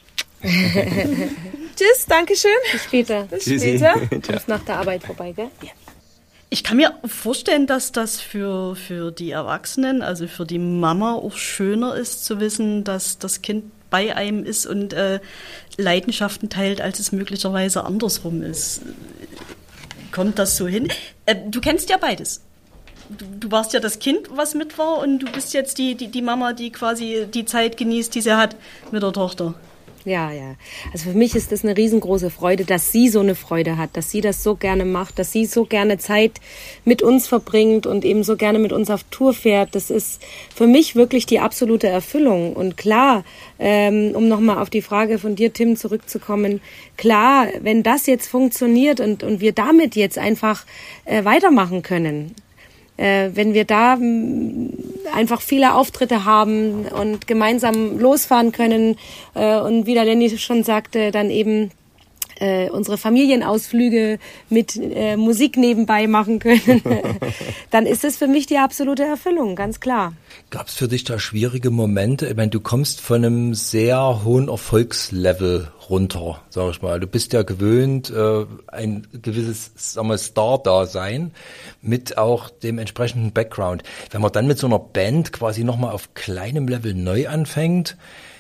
Tschüss, Dankeschön. Bis später. Bis später. Du kommst nach der Arbeit vorbei, gell? Ja. Ich kann mir vorstellen, dass das für die Erwachsenen, also für die Mama auch schöner ist zu wissen, dass das Kind bei einem ist und Leidenschaften teilt, als es möglicherweise andersrum ist. Kommt das so hin? Du kennst ja beides. Du warst ja das Kind, was mit war, und du bist jetzt die Mama, die quasi die Zeit genießt, die sie hat mit der Tochter. Ja. Also für mich ist das eine riesengroße Freude, dass sie so eine Freude hat, dass sie das so gerne macht, dass sie so gerne Zeit mit uns verbringt und eben so gerne mit uns auf Tour fährt. Das ist für mich wirklich die absolute Erfüllung. Und klar, um nochmal auf die Frage von dir, Tim, zurückzukommen, klar, wenn das jetzt funktioniert und wir damit jetzt einfach weitermachen können, wenn wir da einfach viele Auftritte haben und gemeinsam losfahren können und wie der Lenny schon sagte, dann eben unsere Familienausflüge mit Musik nebenbei machen können, dann ist es für mich die absolute Erfüllung, ganz klar. Gab es für dich da schwierige Momente? Ich meine, du kommst von einem sehr hohen Erfolgslevel runter, sag ich mal. Du bist ja gewöhnt, ein gewisses, sagen wir, Star-Dasein mit auch dem entsprechenden Background. Wenn man dann mit so einer Band quasi nochmal auf kleinem Level neu anfängt,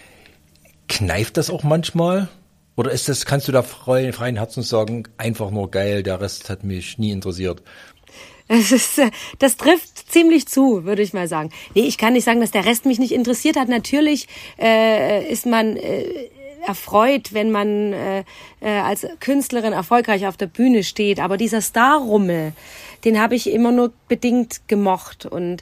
kneift das auch manchmal? Oder ist das, kannst du da freien Herzens sagen, einfach nur geil, der Rest hat mich nie interessiert? Das trifft ziemlich zu, würde ich mal sagen. Nee, ich kann nicht sagen, dass der Rest mich nicht interessiert hat. Natürlich ist man erfreut, wenn man als Künstlerin erfolgreich auf der Bühne steht. Aber dieser Star-Rummel, den habe ich immer nur bedingt gemocht. Und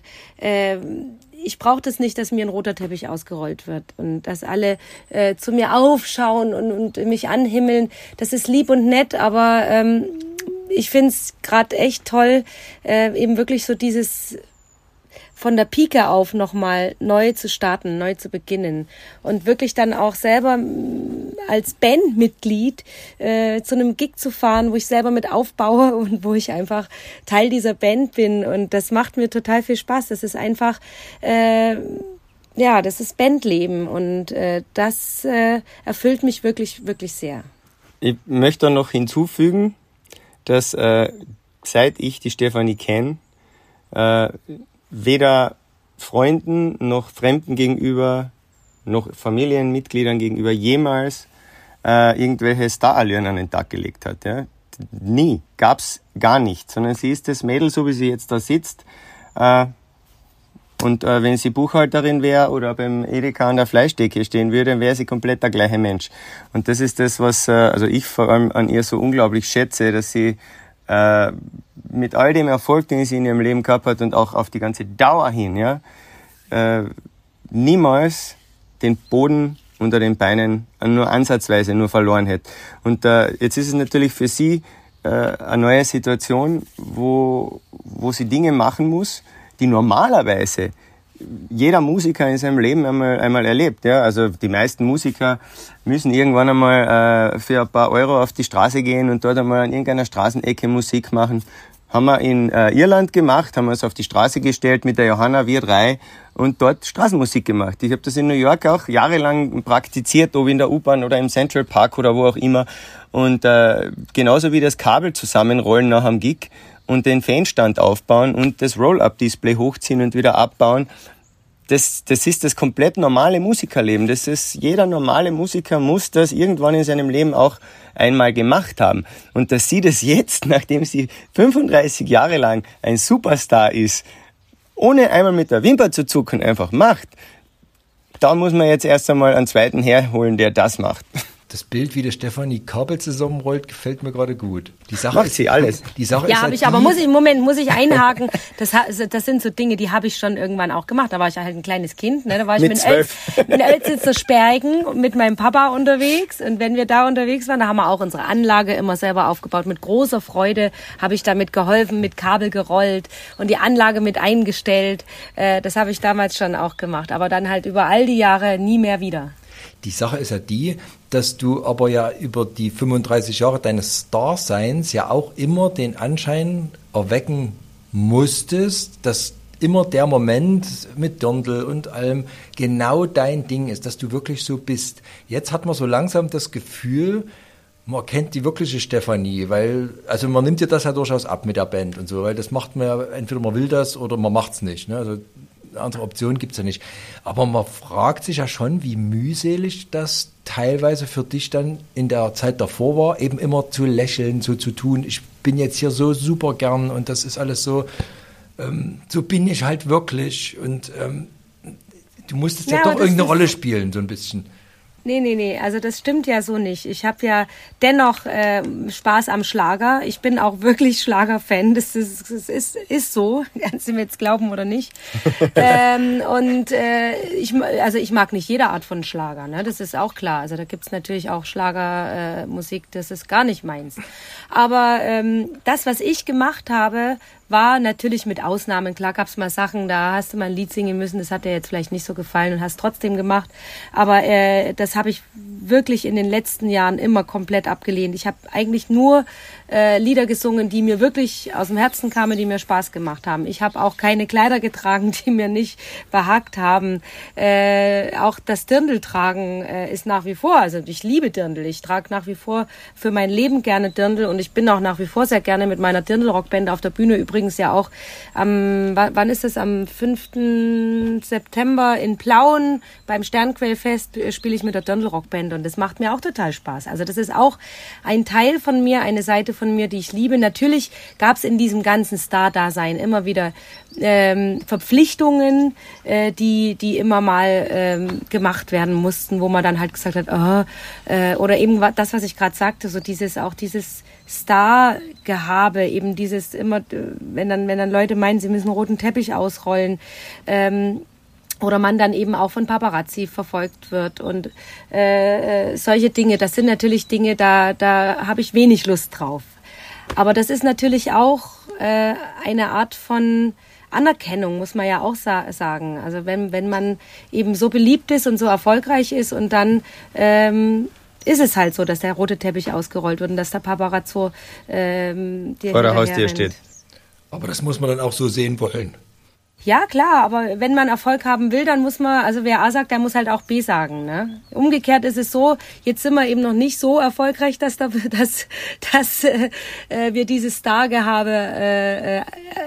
ich brauche das nicht, dass mir ein roter Teppich ausgerollt wird und dass alle zu mir aufschauen und mich anhimmeln. Das ist lieb und nett, aber ich finde es gerade echt toll, eben wirklich so dieses von der Pike auf nochmal neu zu starten, neu zu beginnen und wirklich dann auch selber als Bandmitglied zu einem Gig zu fahren, wo ich selber mit aufbaue und wo ich einfach Teil dieser Band bin, und das macht mir total viel Spaß. Das ist einfach, das ist Bandleben, und das erfüllt mich wirklich, wirklich sehr. Ich möchte noch hinzufügen, dass seit ich die Stefanie kenne, weder Freunden noch Fremden gegenüber, noch Familienmitgliedern gegenüber jemals irgendwelche Starallüren an den Tag gelegt hat. Ja? Nie, gab's gar nicht, sondern sie ist das Mädel, so wie sie jetzt da sitzt. Und wenn sie Buchhalterin wäre oder beim Edeka an der Fleischtheke stehen würde, wäre sie komplett der gleiche Mensch. Und das ist das, was also ich vor allem an ihr so unglaublich schätze, dass sie mit all dem Erfolg, den sie in ihrem Leben gehabt hat und auch auf die ganze Dauer hin, ja, niemals den Boden unter den Beinen nur ansatzweise nur verloren hätte. Und jetzt ist es natürlich für sie eine neue Situation, wo sie Dinge machen muss, die normalerweise jeder Musiker in seinem Leben einmal erlebt. Ja? Also die meisten Musiker müssen irgendwann einmal für ein paar Euro auf die Straße gehen und dort einmal an irgendeiner Straßenecke Musik machen. Haben wir in Irland gemacht, haben wir uns auf die Straße gestellt mit der Johanna, wir drei, und dort Straßenmusik gemacht. Ich habe das in New York auch jahrelang praktiziert, ob in der U-Bahn oder im Central Park oder wo auch immer. Und genauso wie das Kabel zusammenrollen nach einem Gig und den Fanstand aufbauen und das Roll-Up-Display hochziehen und wieder abbauen, das ist das komplett normale Musikerleben. Das ist, jeder normale Musiker muss das irgendwann in seinem Leben auch einmal gemacht haben. Und dass sie das jetzt, nachdem sie 35 Jahre lang ein Superstar ist, ohne einmal mit der Wimper zu zucken, einfach macht, da muss man jetzt erst einmal einen zweiten herholen, der das macht. Das Bild, wie der Stefanie Kabel zusammenrollt, gefällt mir gerade gut. Die Sache macht sie alles. Die Sache ja, ist habe ich, aber muss ich einhaken. Das sind so Dinge, die habe ich schon irgendwann auch gemacht. Da war ich halt ein kleines Kind, ne? Da war ich mit 12 in Elzitzer Spergen mit meinem Papa unterwegs. Und wenn wir da unterwegs waren, da haben wir auch unsere Anlage immer selber aufgebaut. Mit großer Freude habe ich damit geholfen, mit Kabel gerollt und die Anlage mit eingestellt. Das habe ich damals schon auch gemacht. Aber dann halt über all die Jahre nie mehr wieder. Die Sache ist ja die, dass du aber ja über die 35 Jahre deines Starseins ja auch immer den Anschein erwecken musstest, dass immer der Moment mit Dirndl und allem genau dein Ding ist, dass du wirklich so bist. Jetzt hat man so langsam das Gefühl, man kennt die wirkliche Stefanie, weil, also man nimmt dir das ja durchaus ab mit der Band und so, weil das macht man ja, entweder man will das oder man macht's nicht, ne? Also andere Option gibt's ja nicht. Aber man fragt sich ja schon, wie mühselig das teilweise für dich dann in der Zeit davor war, eben immer zu lächeln, so zu tun, ich bin jetzt hier so super gern und das ist alles so, so bin ich halt wirklich und du musstest ja doch irgendeine Rolle spielen, so ein bisschen. Nee, also das stimmt ja so nicht. Ich habe ja dennoch Spaß am Schlager. Ich bin auch wirklich Schlagerfan. Das ist so, kannst du mir jetzt glauben oder nicht. Ich mag nicht jede Art von Schlager, ne? Das ist auch klar. Also da gibt's natürlich auch Schlagermusik, das ist gar nicht meins. Aber das, was ich gemacht habe, war natürlich mit Ausnahmen. Klar gab's mal Sachen, da hast du mal ein Lied singen müssen, das hat dir jetzt vielleicht nicht so gefallen und hast trotzdem gemacht. Aber das habe ich wirklich in den letzten Jahren immer komplett abgelehnt. Ich habe eigentlich nur Lieder gesungen, die mir wirklich aus dem Herzen kamen, die mir Spaß gemacht haben. Ich habe auch keine Kleider getragen, die mir nicht behagt haben. Auch das Dirndl tragen ist nach wie vor, also ich liebe Dirndl. Ich trage nach wie vor für mein Leben gerne Dirndl und ich bin auch nach wie vor sehr gerne mit meiner Dirndl-Rockband auf der Bühne. Übrigens ja auch wann ist es? Am 5. September in Plauen beim Sternquellfest spiele ich mit der Dirndl-Rockband und das macht mir auch total Spaß. Also das ist auch ein Teil von mir, eine Seite von mir, die ich liebe. Natürlich gab es in diesem ganzen Star-Dasein immer wieder Verpflichtungen, die immer mal gemacht werden mussten, wo man dann halt gesagt hat, oder eben das, was ich gerade sagte, so dieses Star-Gehabe, eben dieses immer, wenn dann Leute meinen, sie müssen einen roten Teppich ausrollen, oder man dann eben auch von Paparazzi verfolgt wird und solche Dinge, das sind natürlich Dinge, da habe ich wenig Lust drauf. Aber das ist natürlich auch eine Art von Anerkennung, muss man ja auch sagen. Also wenn man eben so beliebt ist und so erfolgreich ist und dann ist es halt so, dass der rote Teppich ausgerollt wird und dass der Paparazzo dir vor der Haustür steht. Aber das muss man dann auch so sehen wollen. Ja, klar, aber wenn man Erfolg haben will, dann muss man, also wer A sagt, der muss halt auch B sagen, ne? Umgekehrt ist es so, jetzt sind wir eben noch nicht so erfolgreich, dass wir dieses Stargehabe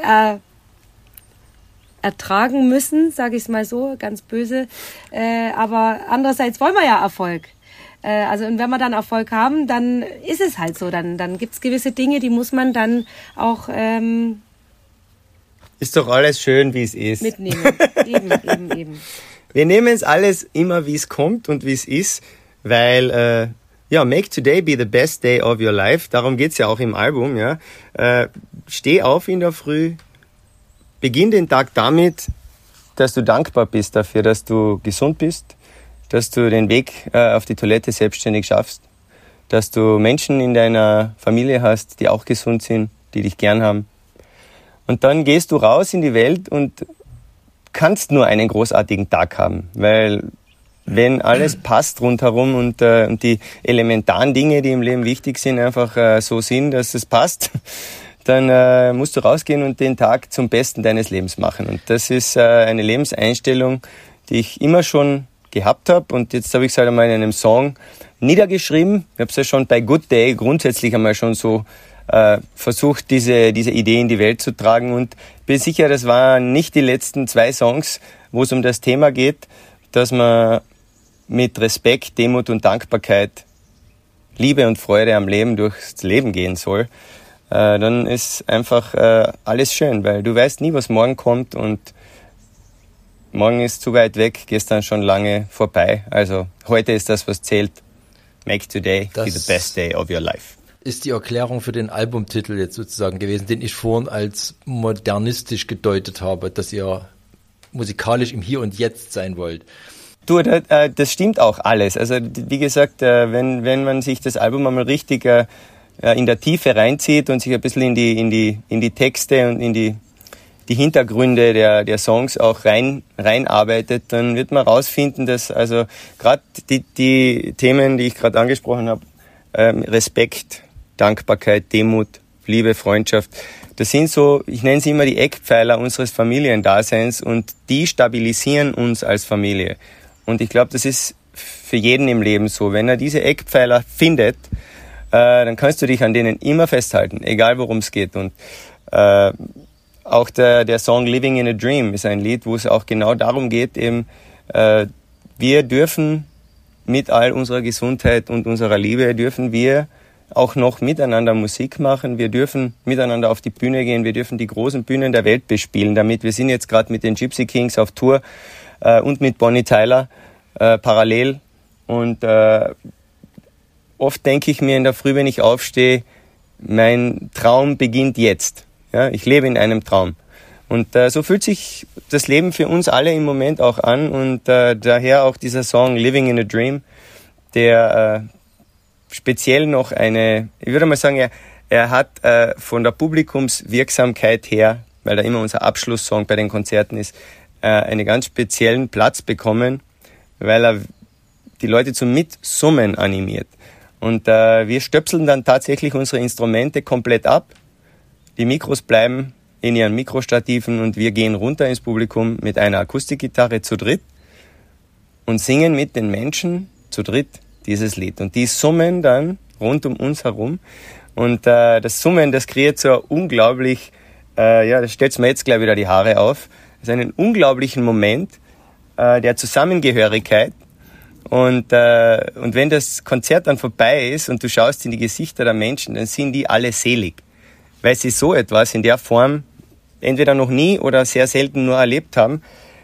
ertragen müssen, sage ich es mal so, ganz böse. Aber andererseits wollen wir ja Erfolg. Also und wenn wir dann Erfolg haben, dann ist es halt so, dann gibt's gewisse Dinge, die muss man dann auch ist doch alles schön, wie es ist. Mitnehmen. Eben. Wir nehmen es alles immer, wie es kommt und wie es ist, weil, make today be the best day of your life. Darum geht's ja auch im Album, ja. Steh auf in der Früh, beginn den Tag damit, dass du dankbar bist dafür, dass du gesund bist, dass du den Weg auf die Toilette selbstständig schaffst, dass du Menschen in deiner Familie hast, die auch gesund sind, die dich gern haben. Und dann gehst du raus in die Welt und kannst nur einen großartigen Tag haben, weil wenn alles passt rundherum und die elementaren Dinge, die im Leben wichtig sind, einfach so sind, dass es passt, dann musst du rausgehen und den Tag zum Besten deines Lebens machen. Und das ist eine Lebenseinstellung, die ich immer schon gehabt habe und jetzt habe ich es halt einmal in einem Song niedergeschrieben. Ich habe es ja schon bei Good Day grundsätzlich einmal schon so versucht, diese Idee in die Welt zu tragen und bin sicher, das waren nicht die letzten 2 Songs, wo es um das Thema geht, dass man mit Respekt, Demut und Dankbarkeit, Liebe und Freude am Leben durchs Leben gehen soll. Dann ist einfach alles schön, weil du weißt nie, was morgen kommt und morgen ist zu weit weg, gestern schon lange vorbei. Also heute ist das, was zählt. Make today be the best day of your life. Ist die Erklärung für den Albumtitel jetzt sozusagen gewesen, den ich vorhin als modernistisch gedeutet habe, dass ihr musikalisch im Hier und Jetzt sein wollt? Du, das stimmt auch alles. Also wie gesagt, wenn man sich das Album einmal richtig in der Tiefe reinzieht und sich ein bisschen in die Texte und in die Hintergründe der Songs auch reinarbeitet, dann wird man rausfinden, dass also gerade die Themen, die ich gerade angesprochen habe, Respekt, Dankbarkeit, Demut, Liebe, Freundschaft, das sind so, ich nenne sie immer die Eckpfeiler unseres Familiendaseins und die stabilisieren uns als Familie. Und ich glaube, das ist für jeden im Leben so. Wenn er diese Eckpfeiler findet, dann kannst du dich an denen immer festhalten, egal worum es geht. Und auch der Song Living in a Dream ist ein Lied, wo es auch genau darum geht, eben, wir dürfen mit all unserer Gesundheit und unserer Liebe, dürfen wir auch noch miteinander Musik machen. Wir dürfen miteinander auf die Bühne gehen. Wir dürfen die großen Bühnen der Welt bespielen. Wir sind jetzt gerade mit den Gypsy Kings auf Tour und mit Bonnie Tyler parallel. Und oft denke ich mir in der Früh, wenn ich aufstehe, mein Traum beginnt jetzt. Ja, ich lebe in einem Traum. Und so fühlt sich das Leben für uns alle im Moment auch an. Und daher auch dieser Song Living in a Dream, der speziell noch ich würde mal sagen, er hat von der Publikumswirksamkeit her, weil er immer unser Abschlusssong bei den Konzerten ist, einen ganz speziellen Platz bekommen, weil er die Leute zum Mitsummen animiert. Und wir stöpseln dann tatsächlich unsere Instrumente komplett ab. Die Mikros bleiben in ihren Mikrostativen und wir gehen runter ins Publikum mit einer Akustikgitarre zu dritt und singen mit den Menschen zu dritt dieses Lied. Und die summen dann rund um uns herum. Und das Summen, das kreiert so unglaublich, das stellt mir jetzt gleich wieder die Haare auf, das ist einen unglaublichen Moment der Zusammengehörigkeit. Und wenn das Konzert dann vorbei ist und du schaust in die Gesichter der Menschen, dann sind die alle selig. Weil sie so etwas in der Form entweder noch nie oder sehr selten nur erlebt haben.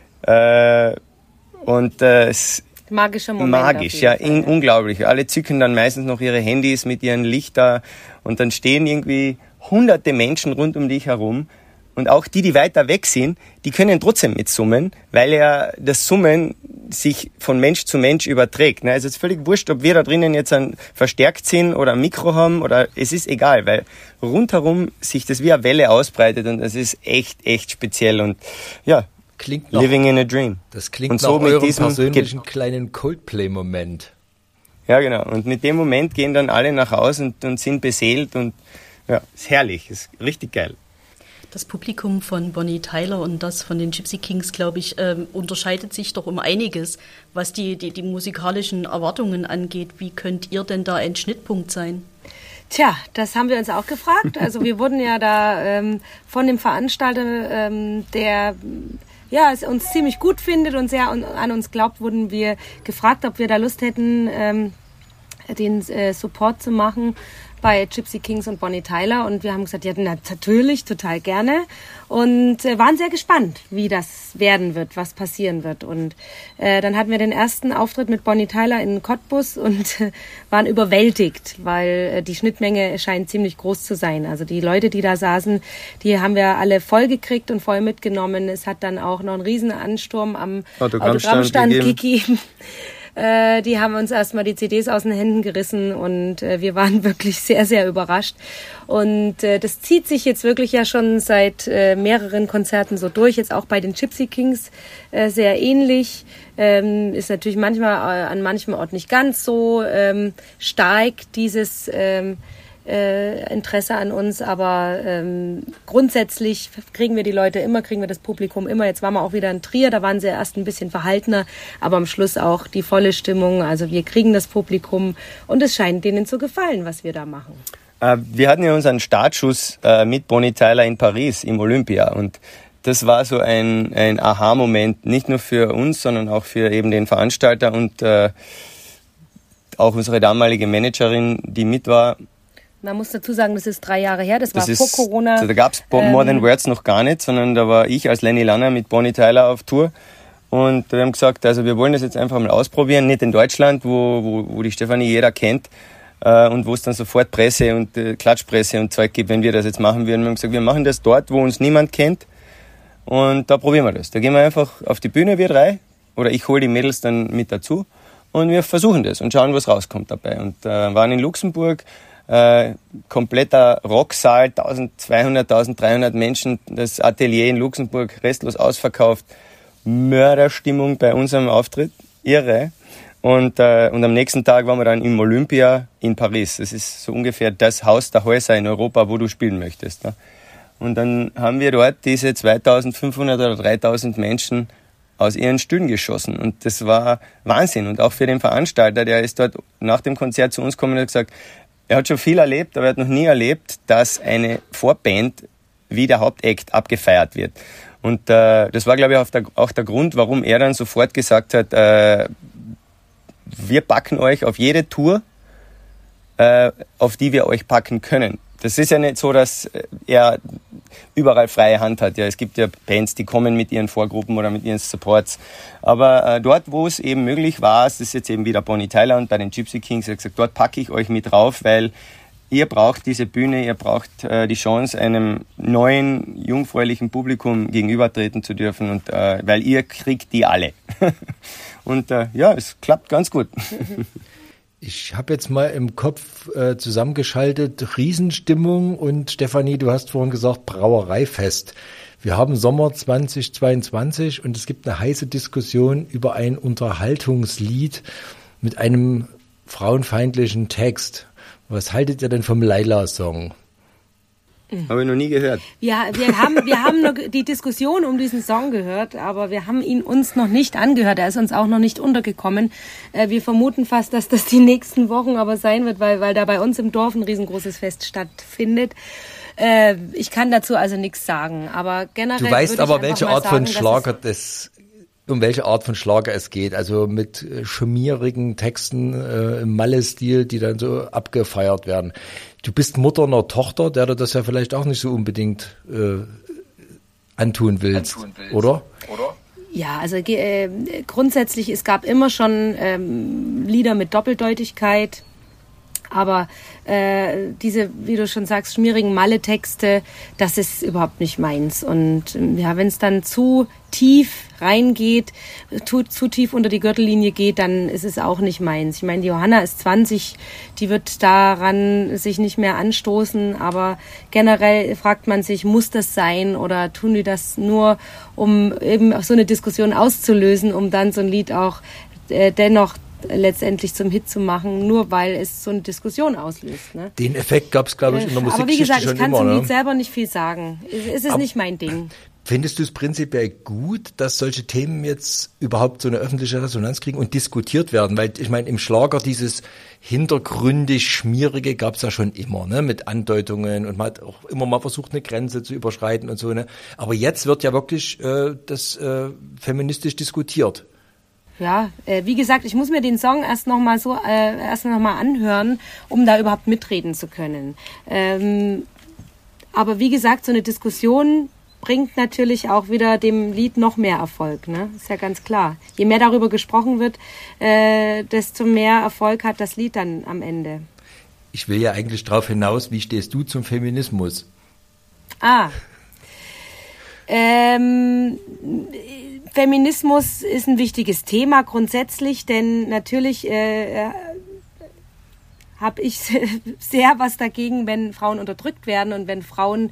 Magischer Moment. Magisch, ja, unglaublich. Alle zücken dann meistens noch ihre Handys mit ihren Lichter und dann stehen irgendwie hunderte Menschen rund um dich herum. Und auch die weiter weg sind, die können trotzdem mitsummen, weil ja das Summen sich von Mensch zu Mensch überträgt. Also es ist völlig wurscht, ob wir da drinnen jetzt verstärkt sind oder ein Mikro haben oder es ist egal, weil rundherum sich das wie eine Welle ausbreitet und das ist echt, echt speziell und ja, klingt living in a dream. Das klingt und so nach eurem persönlichen kleinen Coldplay-Moment. Ja, genau. Und mit dem Moment gehen dann alle nach Hause und sind beseelt und ja, ist herrlich, ist richtig geil. Das Publikum von Bonnie Tyler und das von den Gypsy Kings, glaube ich, unterscheidet sich doch um einiges, was die musikalischen Erwartungen angeht. Wie könnt ihr denn da ein Schnittpunkt sein? Tja, das haben wir uns auch gefragt. Also wir wurden ja da von dem Veranstalter, der es uns ziemlich gut findet und sehr an uns glaubt, wurden wir gefragt, ob wir da Lust hätten, den Support zu machen bei Gypsy Kings und Bonnie Tyler und wir haben gesagt, ja, natürlich, total gerne und waren sehr gespannt, wie das werden wird, was passieren wird und dann hatten wir den ersten Auftritt mit Bonnie Tyler in Cottbus und waren überwältigt, weil die Schnittmenge scheint ziemlich groß zu sein. Also die Leute, die da saßen, die haben wir alle voll gekriegt und voll mitgenommen. Es hat dann auch noch einen riesen Ansturm am Autogrammstand gegeben. Die haben uns erstmal die CDs aus den Händen gerissen und wir waren wirklich sehr, sehr überrascht. Und das zieht sich jetzt wirklich ja schon seit mehreren Konzerten so durch, jetzt auch bei den Gypsy Kings sehr ähnlich. Ist natürlich manchmal an manchem Ort nicht ganz so stark, dieses Interesse an uns, aber grundsätzlich kriegen wir die Leute immer, kriegen wir das Publikum immer. Jetzt waren wir auch wieder in Trier, da waren sie erst ein bisschen verhaltener, aber am Schluss auch die volle Stimmung. Also wir kriegen das Publikum und es scheint denen zu gefallen, was wir da machen. Wir hatten ja unseren Startschuss mit Bonnie Tyler in Paris im Olympia und das war so ein Aha-Moment, nicht nur für uns, sondern auch für eben den Veranstalter und auch unsere damalige Managerin, die mit war. Man muss dazu sagen, das ist 3 Jahre her, das war vor Corona. Da gab es More Than Words noch gar nicht, sondern da war ich als Lenny Lanner mit Bonnie Tyler auf Tour und wir haben gesagt, also wir wollen das jetzt einfach mal ausprobieren, nicht in Deutschland, wo die Stefanie jeder kennt und wo es dann sofort Presse und Klatschpresse und Zeug gibt, wenn wir das jetzt machen würden. Wir haben gesagt, wir machen das dort, wo uns niemand kennt und da probieren wir das. Da gehen wir einfach auf die Bühne, wir 3, oder ich hole die Mädels dann mit dazu und wir versuchen das und schauen, was rauskommt dabei. Und waren in Luxemburg, kompletter Rocksaal, 1200, 1300 Menschen, das Atelier in Luxemburg restlos ausverkauft, Mörderstimmung bei unserem Auftritt, irre. Und am nächsten Tag waren wir dann im Olympia in Paris. Das ist so ungefähr das Haus der Häuser in Europa, wo du spielen möchtest. Ne? Und dann haben wir dort diese 2500 oder 3000 Menschen aus ihren Stühlen geschossen. Und das war Wahnsinn. Und auch für den Veranstalter, der ist dort nach dem Konzert zu uns gekommen und hat gesagt, er hat schon viel erlebt, aber er hat noch nie erlebt, dass eine Vorband wie der Hauptakt abgefeiert wird. Und das war, glaube ich, auch der Grund, warum er dann sofort gesagt hat, wir packen euch auf jede Tour, auf die wir euch packen können. Das ist ja nicht so, dass er überall freie Hand hat. Ja, es gibt ja Bands, die kommen mit ihren Vorgruppen oder mit ihren Supports. Aber dort, wo es eben möglich war, das ist jetzt eben wieder Bonnie Tyler und bei den Gypsy Kings, er hat gesagt, dort packe ich euch mit drauf, weil ihr braucht diese Bühne, ihr braucht die Chance, einem neuen, jungfräulichen Publikum gegenübertreten zu dürfen, und weil ihr kriegt die alle. Und ja, es klappt ganz gut. Ich habe jetzt mal im Kopf zusammengeschaltet, Riesenstimmung, und Stefanie, du hast vorhin gesagt, Brauereifest. Wir haben Sommer 2022 und es gibt eine heiße Diskussion über ein Unterhaltungslied mit einem frauenfeindlichen Text. Was haltet ihr denn vom Laila-Song? Habe ich noch nie gehört. Ja, wir haben noch die Diskussion um diesen Song gehört, aber wir haben ihn uns noch nicht angehört. Er ist uns auch noch nicht untergekommen. Wir vermuten fast, dass das die nächsten Wochen aber sein wird, weil da bei uns im Dorf ein riesengroßes Fest stattfindet. Ich kann dazu also nichts sagen, aber generell. Du weißt aber, welche Art von Schlager um welche Art von Schlager es geht, also mit schmierigen Texten im Malle-Stil, die dann so abgefeiert werden. Du bist Mutter einer Tochter, der du das ja vielleicht auch nicht so unbedingt antun willst, oder? Ja, also grundsätzlich, es gab immer schon Lieder mit Doppeldeutigkeit, aber diese, wie du schon sagst, schmierigen Malle-Texte, das ist überhaupt nicht meins. Und ja, wenn es dann zu tief reingeht, zu tief unter die Gürtellinie geht, dann ist es auch nicht meins. Ich meine, die Johanna ist 20, die wird daran sich nicht mehr anstoßen, aber generell fragt man sich, muss das sein oder tun die das nur, um eben so eine Diskussion auszulösen, um dann so ein Lied auch dennoch letztendlich zum Hit zu machen, nur weil es so eine Diskussion auslöst. Ne? Den Effekt gab es, glaube ich, in der Musikgeschichte schon immer. Aber wie gesagt, ich kann zum Lied selber nicht viel sagen. Es ist nicht mein Ding. Findest du es prinzipiell gut, dass solche Themen jetzt überhaupt so eine öffentliche Resonanz kriegen und diskutiert werden? Weil ich meine, im Schlager dieses hintergründig Schmierige gab es ja schon immer, ne, mit Andeutungen, und man hat auch immer mal versucht, eine Grenze zu überschreiten und so. Ne? Aber jetzt wird ja wirklich das feministisch diskutiert. Ja, wie gesagt, ich muss mir den Song erst noch mal anhören, um da überhaupt mitreden zu können. Aber wie gesagt, so eine Diskussion bringt natürlich auch wieder dem Lied noch mehr Erfolg, ne? Ist ja ganz klar. Je mehr darüber gesprochen wird, desto mehr Erfolg hat das Lied dann am Ende. Ich will ja eigentlich drauf hinaus, wie stehst du zum Feminismus? Feminismus ist ein wichtiges Thema grundsätzlich, denn natürlich habe ich sehr was dagegen, wenn Frauen unterdrückt werden und wenn Frauen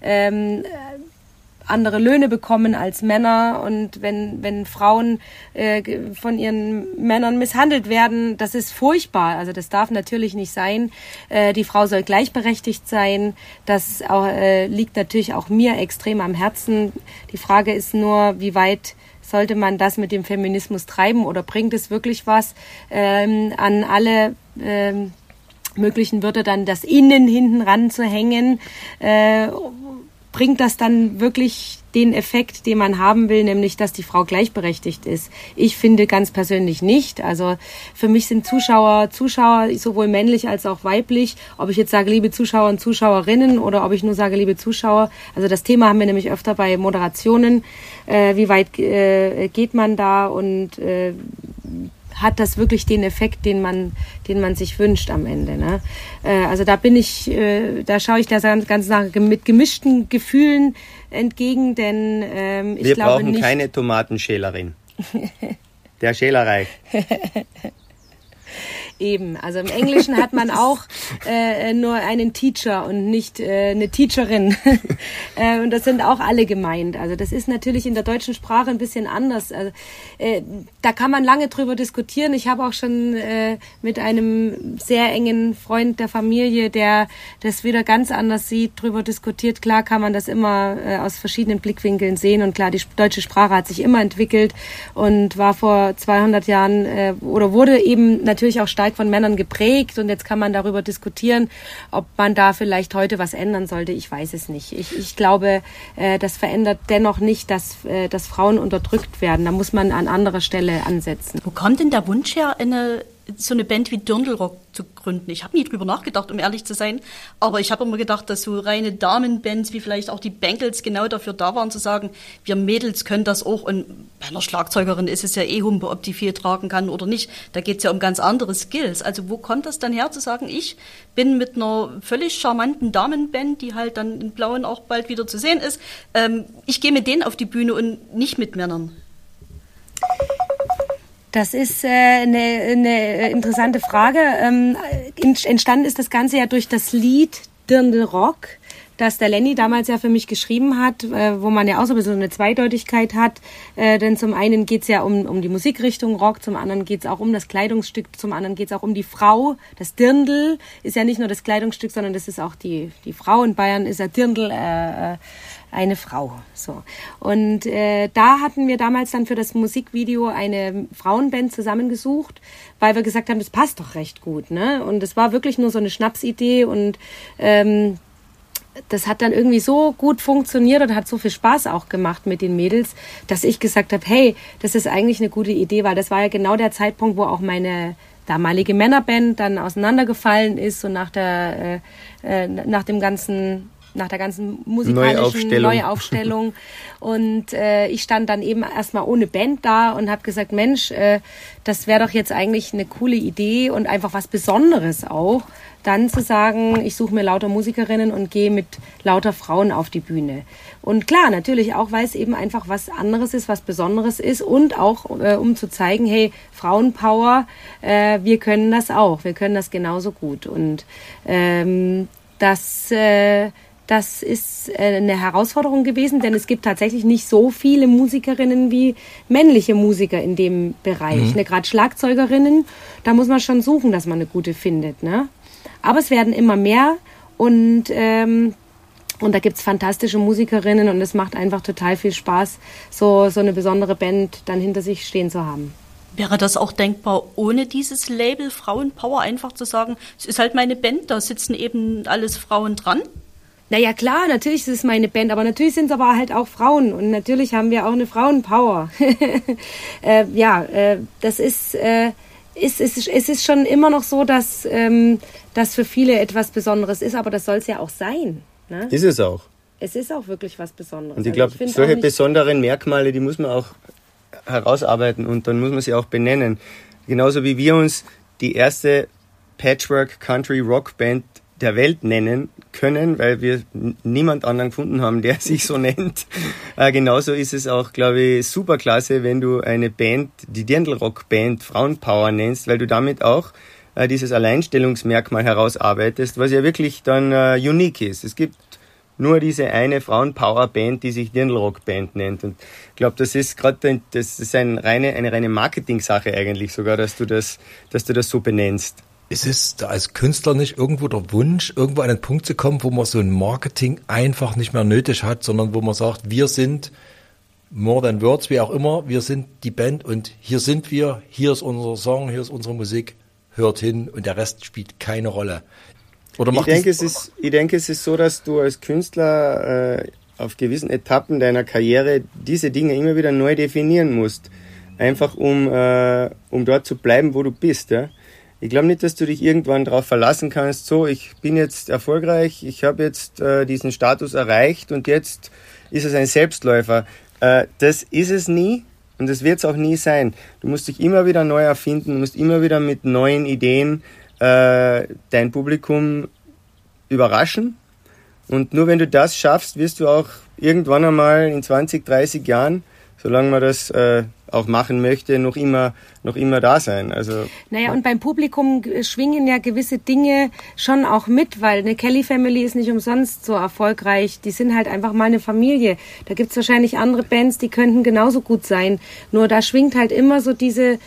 andere Löhne bekommen als Männer, und wenn Frauen von ihren Männern misshandelt werden. Das ist furchtbar. Also das darf natürlich nicht sein. Die Frau soll gleichberechtigt sein. Das liegt natürlich auch mir extrem am Herzen. Die Frage ist nur, wie weit sollte man das mit dem Feminismus treiben, oder bringt es wirklich was? An alle möglichen Wörter dann das Innen hinten ran zu hängen, bringt das dann wirklich den Effekt, den man haben will, nämlich, dass die Frau gleichberechtigt ist? Ich finde ganz persönlich nicht. Also für mich sind Zuschauer sowohl männlich als auch weiblich. Ob ich jetzt sage, liebe Zuschauer und Zuschauerinnen, oder ob ich nur sage, liebe Zuschauer. Also das Thema haben wir nämlich öfter bei Moderationen. Wie weit geht man da, und hat das wirklich den Effekt, den man sich wünscht am Ende, ne? Also da schaue ich der ganzen Sache mit gemischten Gefühlen entgegen, denn ich glaube nicht. Wir brauchen keine Tomatenschälerin. Der Schäler reicht. Eben, also im Englischen hat man auch nur einen Teacher und nicht eine Teacherin. Und das sind auch alle gemeint. Also das ist natürlich in der deutschen Sprache ein bisschen anders. Also, da kann man lange drüber diskutieren. Ich habe auch schon mit einem sehr engen Freund der Familie, der das wieder ganz anders sieht, drüber diskutiert. Klar kann man das immer aus verschiedenen Blickwinkeln sehen. Und klar, die deutsche Sprache hat sich immer entwickelt und war vor 200 Jahren oder wurde eben natürlich auch stark stark von Männern geprägt und jetzt kann man darüber diskutieren, ob man da vielleicht heute was ändern sollte. Ich weiß es nicht. Ich glaube, das verändert dennoch nicht, dass Frauen unterdrückt werden. Da muss man an anderer Stelle ansetzen. Wo kommt denn der Wunsch her, so eine Band wie Dirndl-Rock zu gründen? Ich habe nie drüber nachgedacht, um ehrlich zu sein, aber ich habe immer gedacht, dass so reine Damenbands wie vielleicht auch die Bangles genau dafür da waren, zu sagen, wir Mädels können das auch, und bei einer Schlagzeugerin ist es ja Humpe, ob die viel tragen kann oder nicht, da geht es ja um ganz andere Skills. Also wo kommt das dann her, zu sagen, ich bin mit einer völlig charmanten Damenband, die halt dann in Blauen auch bald wieder zu sehen ist, ich gehe mit denen auf die Bühne und nicht mit Männern? Das ist eine interessante Frage. Entstanden ist das Ganze ja durch das Lied Dirndl-Rock, das der Lenny damals ja für mich geschrieben hat, wo man ja auch so ein bisschen eine Zweideutigkeit hat. Denn zum einen geht's ja um die Musikrichtung Rock, zum anderen geht's auch um das Kleidungsstück, zum anderen geht's auch um die Frau. Das Dirndl ist ja nicht nur das Kleidungsstück, sondern das ist auch die Frau. In Bayern ist ja Dirndl eine Frau. So. Und da hatten wir damals dann für das Musikvideo eine Frauenband zusammengesucht, weil wir gesagt haben, das passt doch recht gut, ne? Und es war wirklich nur so eine Schnapsidee und das hat dann irgendwie so gut funktioniert und hat so viel Spaß auch gemacht mit den Mädels, dass ich gesagt habe, hey, das ist eigentlich eine gute Idee, weil das war ja genau der Zeitpunkt, wo auch meine damalige Männerband dann auseinandergefallen ist und nach der ganzen musikalischen Neuaufstellung. Und ich stand dann eben erstmal ohne Band da und habe gesagt, Mensch, das wäre doch jetzt eigentlich eine coole Idee und einfach was Besonderes auch, dann zu sagen, ich suche mir lauter Musikerinnen und gehe mit lauter Frauen auf die Bühne. Und klar, natürlich auch, weil es eben einfach was anderes ist, was Besonderes ist und auch, um zu zeigen, hey, Frauenpower, wir können das auch, wir können das genauso gut. Und das ist eine Herausforderung gewesen, denn es gibt tatsächlich nicht so viele Musikerinnen wie männliche Musiker in dem Bereich. Ne, gerade Schlagzeugerinnen, da muss man schon suchen, dass man eine gute findet. Ne? Aber es werden immer mehr und da gibt's fantastische Musikerinnen und es macht einfach total viel Spaß, so eine besondere Band dann hinter sich stehen zu haben. Wäre das auch denkbar, ohne dieses Label Frauenpower einfach zu sagen, es ist halt meine Band, da sitzen eben alles Frauen dran? Naja, klar, natürlich ist es meine Band, aber natürlich sind es aber halt auch Frauen und natürlich haben wir auch eine Frauenpower. Das ist, es ist schon immer noch so, dass das für viele etwas Besonderes ist, aber das soll es ja auch sein. Ne? Ist es auch. Es ist auch wirklich was Besonderes. Und ich glaube, solche besonderen Merkmale, die muss man auch herausarbeiten und dann muss man sie auch benennen. Genauso wie wir uns die erste Patchwork-Country-Rock-Band der Welt nennen können, weil wir niemand anderen gefunden haben, der sich so nennt. Genauso ist es auch, glaube ich, super klasse, wenn du eine Band, die Dirndl-Rock-Band Frauenpower nennst, weil du damit auch dieses Alleinstellungsmerkmal herausarbeitest, was ja wirklich dann unique ist. Es gibt nur diese eine Frauenpower-Band, die sich Dirndl-Rock-Band nennt. Und ich glaube, das ist gerade eine reine Marketing-Sache eigentlich sogar, dass du das so benennst. Ist es da als Künstler nicht irgendwo der Wunsch, irgendwo an einen Punkt zu kommen, wo man so ein Marketing einfach nicht mehr nötig hat, sondern wo man sagt, wir sind more than words, wie auch immer, wir sind die Band und hier sind wir, hier ist unser Song, hier ist unsere Musik, hört hin und der Rest spielt keine Rolle. Oder ich denke, es ist so, dass du als Künstler auf gewissen Etappen deiner Karriere diese Dinge immer wieder neu definieren musst. Einfach um dort zu bleiben, wo du bist. Ja? Ich glaube nicht, dass du dich irgendwann darauf verlassen kannst, so, ich bin jetzt erfolgreich, ich habe jetzt diesen Status erreicht und jetzt ist es ein Selbstläufer. Das ist es nie und das wird es auch nie sein. Du musst dich immer wieder neu erfinden, du musst immer wieder mit neuen Ideen dein Publikum überraschen. Und nur wenn du das schaffst, wirst du auch irgendwann einmal in 20, 30 Jahren, solange man das auch machen möchte, noch immer da sein. Also, naja, und beim Publikum schwingen ja gewisse Dinge schon auch mit, weil eine Kelly Family ist nicht umsonst so erfolgreich. Die sind halt einfach mal eine Familie. Da gibt's wahrscheinlich andere Bands, die könnten genauso gut sein. Nur da schwingt halt immer so dieses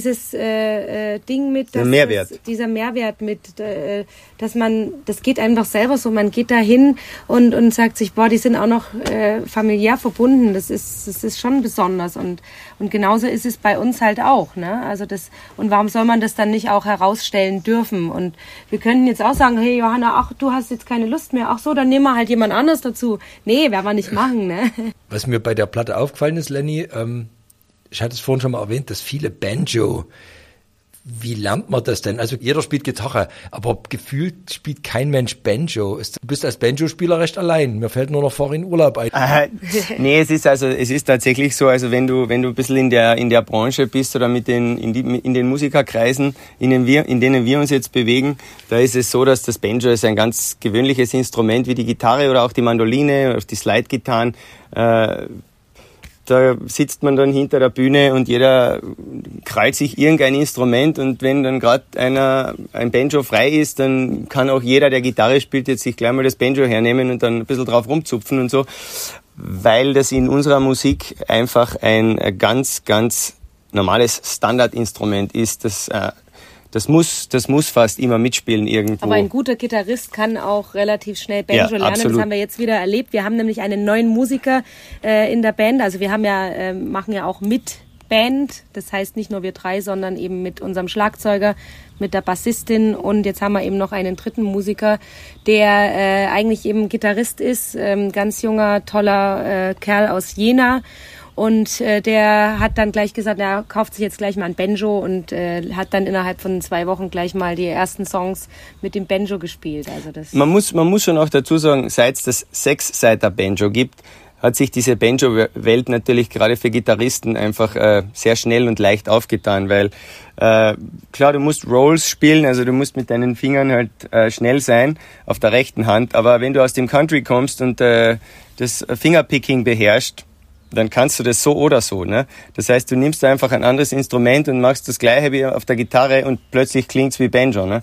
Ding mit, dieser Mehrwert mit, dass man, das geht einfach selber so, man geht da hin und sagt sich, boah, die sind auch noch familiär verbunden. Das ist schon besonders und genauso ist es bei uns halt auch, ne? Also und warum soll man das dann nicht auch herausstellen dürfen? Und wir könnten jetzt auch sagen, hey Johanna, ach, du hast jetzt keine Lust mehr. Ach so, dann nehmen wir halt jemand anderes dazu. Nee, werden wir nicht machen, ne? Was mir bei der Platte aufgefallen ist, Lenny, ich hatte es vorhin schon mal erwähnt, dass viele Banjo, wie lernt man das denn? Also jeder spielt Gitarre, aber gefühlt spielt kein Mensch Banjo. Du bist als Banjo-Spieler recht allein. Mir fällt nur noch vorhin Urlaub ein. Nee, es ist tatsächlich so, also wenn du ein bisschen in der Branche bist oder in den Musikerkreisen, in denen wir uns jetzt bewegen, da ist es so, dass das Banjo ist ein ganz gewöhnliches Instrument wie die Gitarre oder auch die Mandoline oder die Slide-Gitarren. Da sitzt man dann hinter der Bühne und jeder krallt sich irgendein Instrument und wenn dann gerade ein Banjo frei ist, dann kann auch jeder, der Gitarre spielt, jetzt sich gleich mal das Banjo hernehmen und dann ein bisschen drauf rumzupfen und so, weil das in unserer Musik einfach ein ganz, ganz normales Standardinstrument ist, das muss fast immer mitspielen irgendwo. Aber ein guter Gitarrist kann auch relativ schnell Banjo lernen. Absolut. Das haben wir jetzt wieder erlebt. Wir haben nämlich einen neuen Musiker in der Band. Also wir haben machen ja auch mit Band. Das heißt nicht nur wir drei, sondern eben mit unserem Schlagzeuger, mit der Bassistin. Und jetzt haben wir eben noch einen dritten Musiker, der eigentlich eben Gitarrist ist. Ganz junger, toller Kerl aus Jena. Und der hat dann gleich gesagt, er kauft sich jetzt gleich mal ein Banjo und hat dann innerhalb von 2 Wochen gleich mal die ersten Songs mit dem Banjo gespielt. Also man muss schon auch dazu sagen, seit es das 6-Seiter-Banjo gibt, hat sich diese Banjo-Welt natürlich gerade für Gitarristen einfach sehr schnell und leicht aufgetan, weil klar, du musst Rolls spielen, also du musst mit deinen Fingern halt schnell sein auf der rechten Hand, aber wenn du aus dem Country kommst und das Fingerpicking beherrschst, dann kannst du das so oder so, ne? Das heißt, du nimmst einfach ein anderes Instrument und machst das Gleiche wie auf der Gitarre und plötzlich klingt's wie Banjo, ne?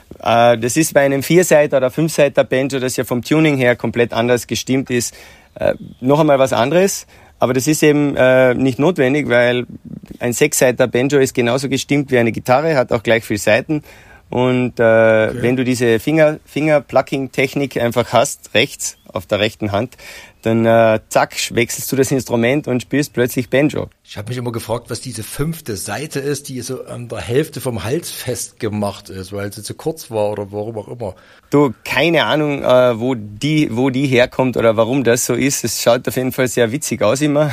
Das ist bei einem 4-Seiter oder 5-Seiter Banjo, das ja vom Tuning her komplett anders gestimmt ist, noch einmal was anderes. Aber das ist eben nicht notwendig, weil ein 6-Seiter Banjo ist genauso gestimmt wie eine Gitarre, hat auch gleich viel Saiten. Und wenn du diese Finger-Plucking-Technik einfach hast, rechts, auf der rechten Hand, dann zack, wechselst du das Instrument und spielst plötzlich Banjo. Ich habe mich immer gefragt, was diese 5. Seite ist, die so an der Hälfte vom Hals festgemacht ist, weil sie zu kurz war oder warum auch immer. Du, keine Ahnung, wo die herkommt oder warum das so ist. Es schaut auf jeden Fall sehr witzig aus immer.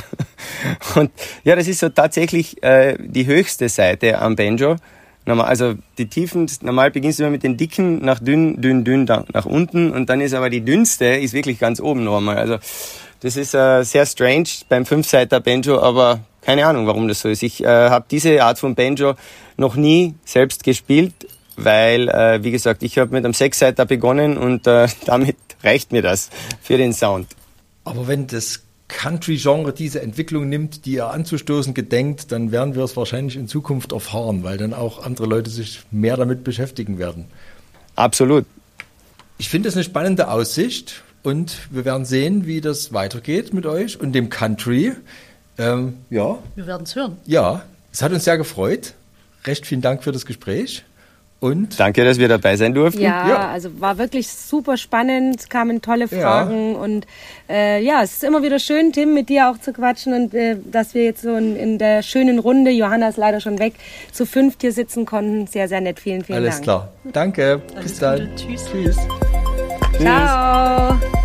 Und ja, das ist so tatsächlich die höchste Seite am Banjo. Also die Tiefen, normal beginnst du immer mit den dicken, nach dünn, nach unten und dann ist aber die dünnste, ist wirklich ganz oben nochmal. Also das ist sehr strange beim 5-Seiter Banjo, aber keine Ahnung, warum das so ist. Ich habe diese Art von Banjo noch nie selbst gespielt, weil, wie gesagt, ich habe mit einem 6-Seiter begonnen und damit reicht mir das für den Sound. Aber wenn das Country-Genre diese Entwicklung nimmt, die ihr anzustoßen gedenkt, dann werden wir es wahrscheinlich in Zukunft erfahren, weil dann auch andere Leute sich mehr damit beschäftigen werden. Absolut. Ich finde es eine spannende Aussicht und wir werden sehen, wie das weitergeht mit euch und dem Country. Ja. Wir werden es hören. Ja, es hat uns sehr gefreut. Recht vielen Dank für das Gespräch. Und danke, dass wir dabei sein durften. Ja, also war wirklich super spannend, kamen tolle Fragen und es ist immer wieder schön, Tim, mit dir auch zu quatschen und dass wir jetzt so in der schönen Runde, Johanna ist leider schon weg, zu 5 hier sitzen konnten. Sehr, sehr nett. Vielen Dank. Alles klar. Danke. Bis dann. Tschüss. Tschüss. Ciao.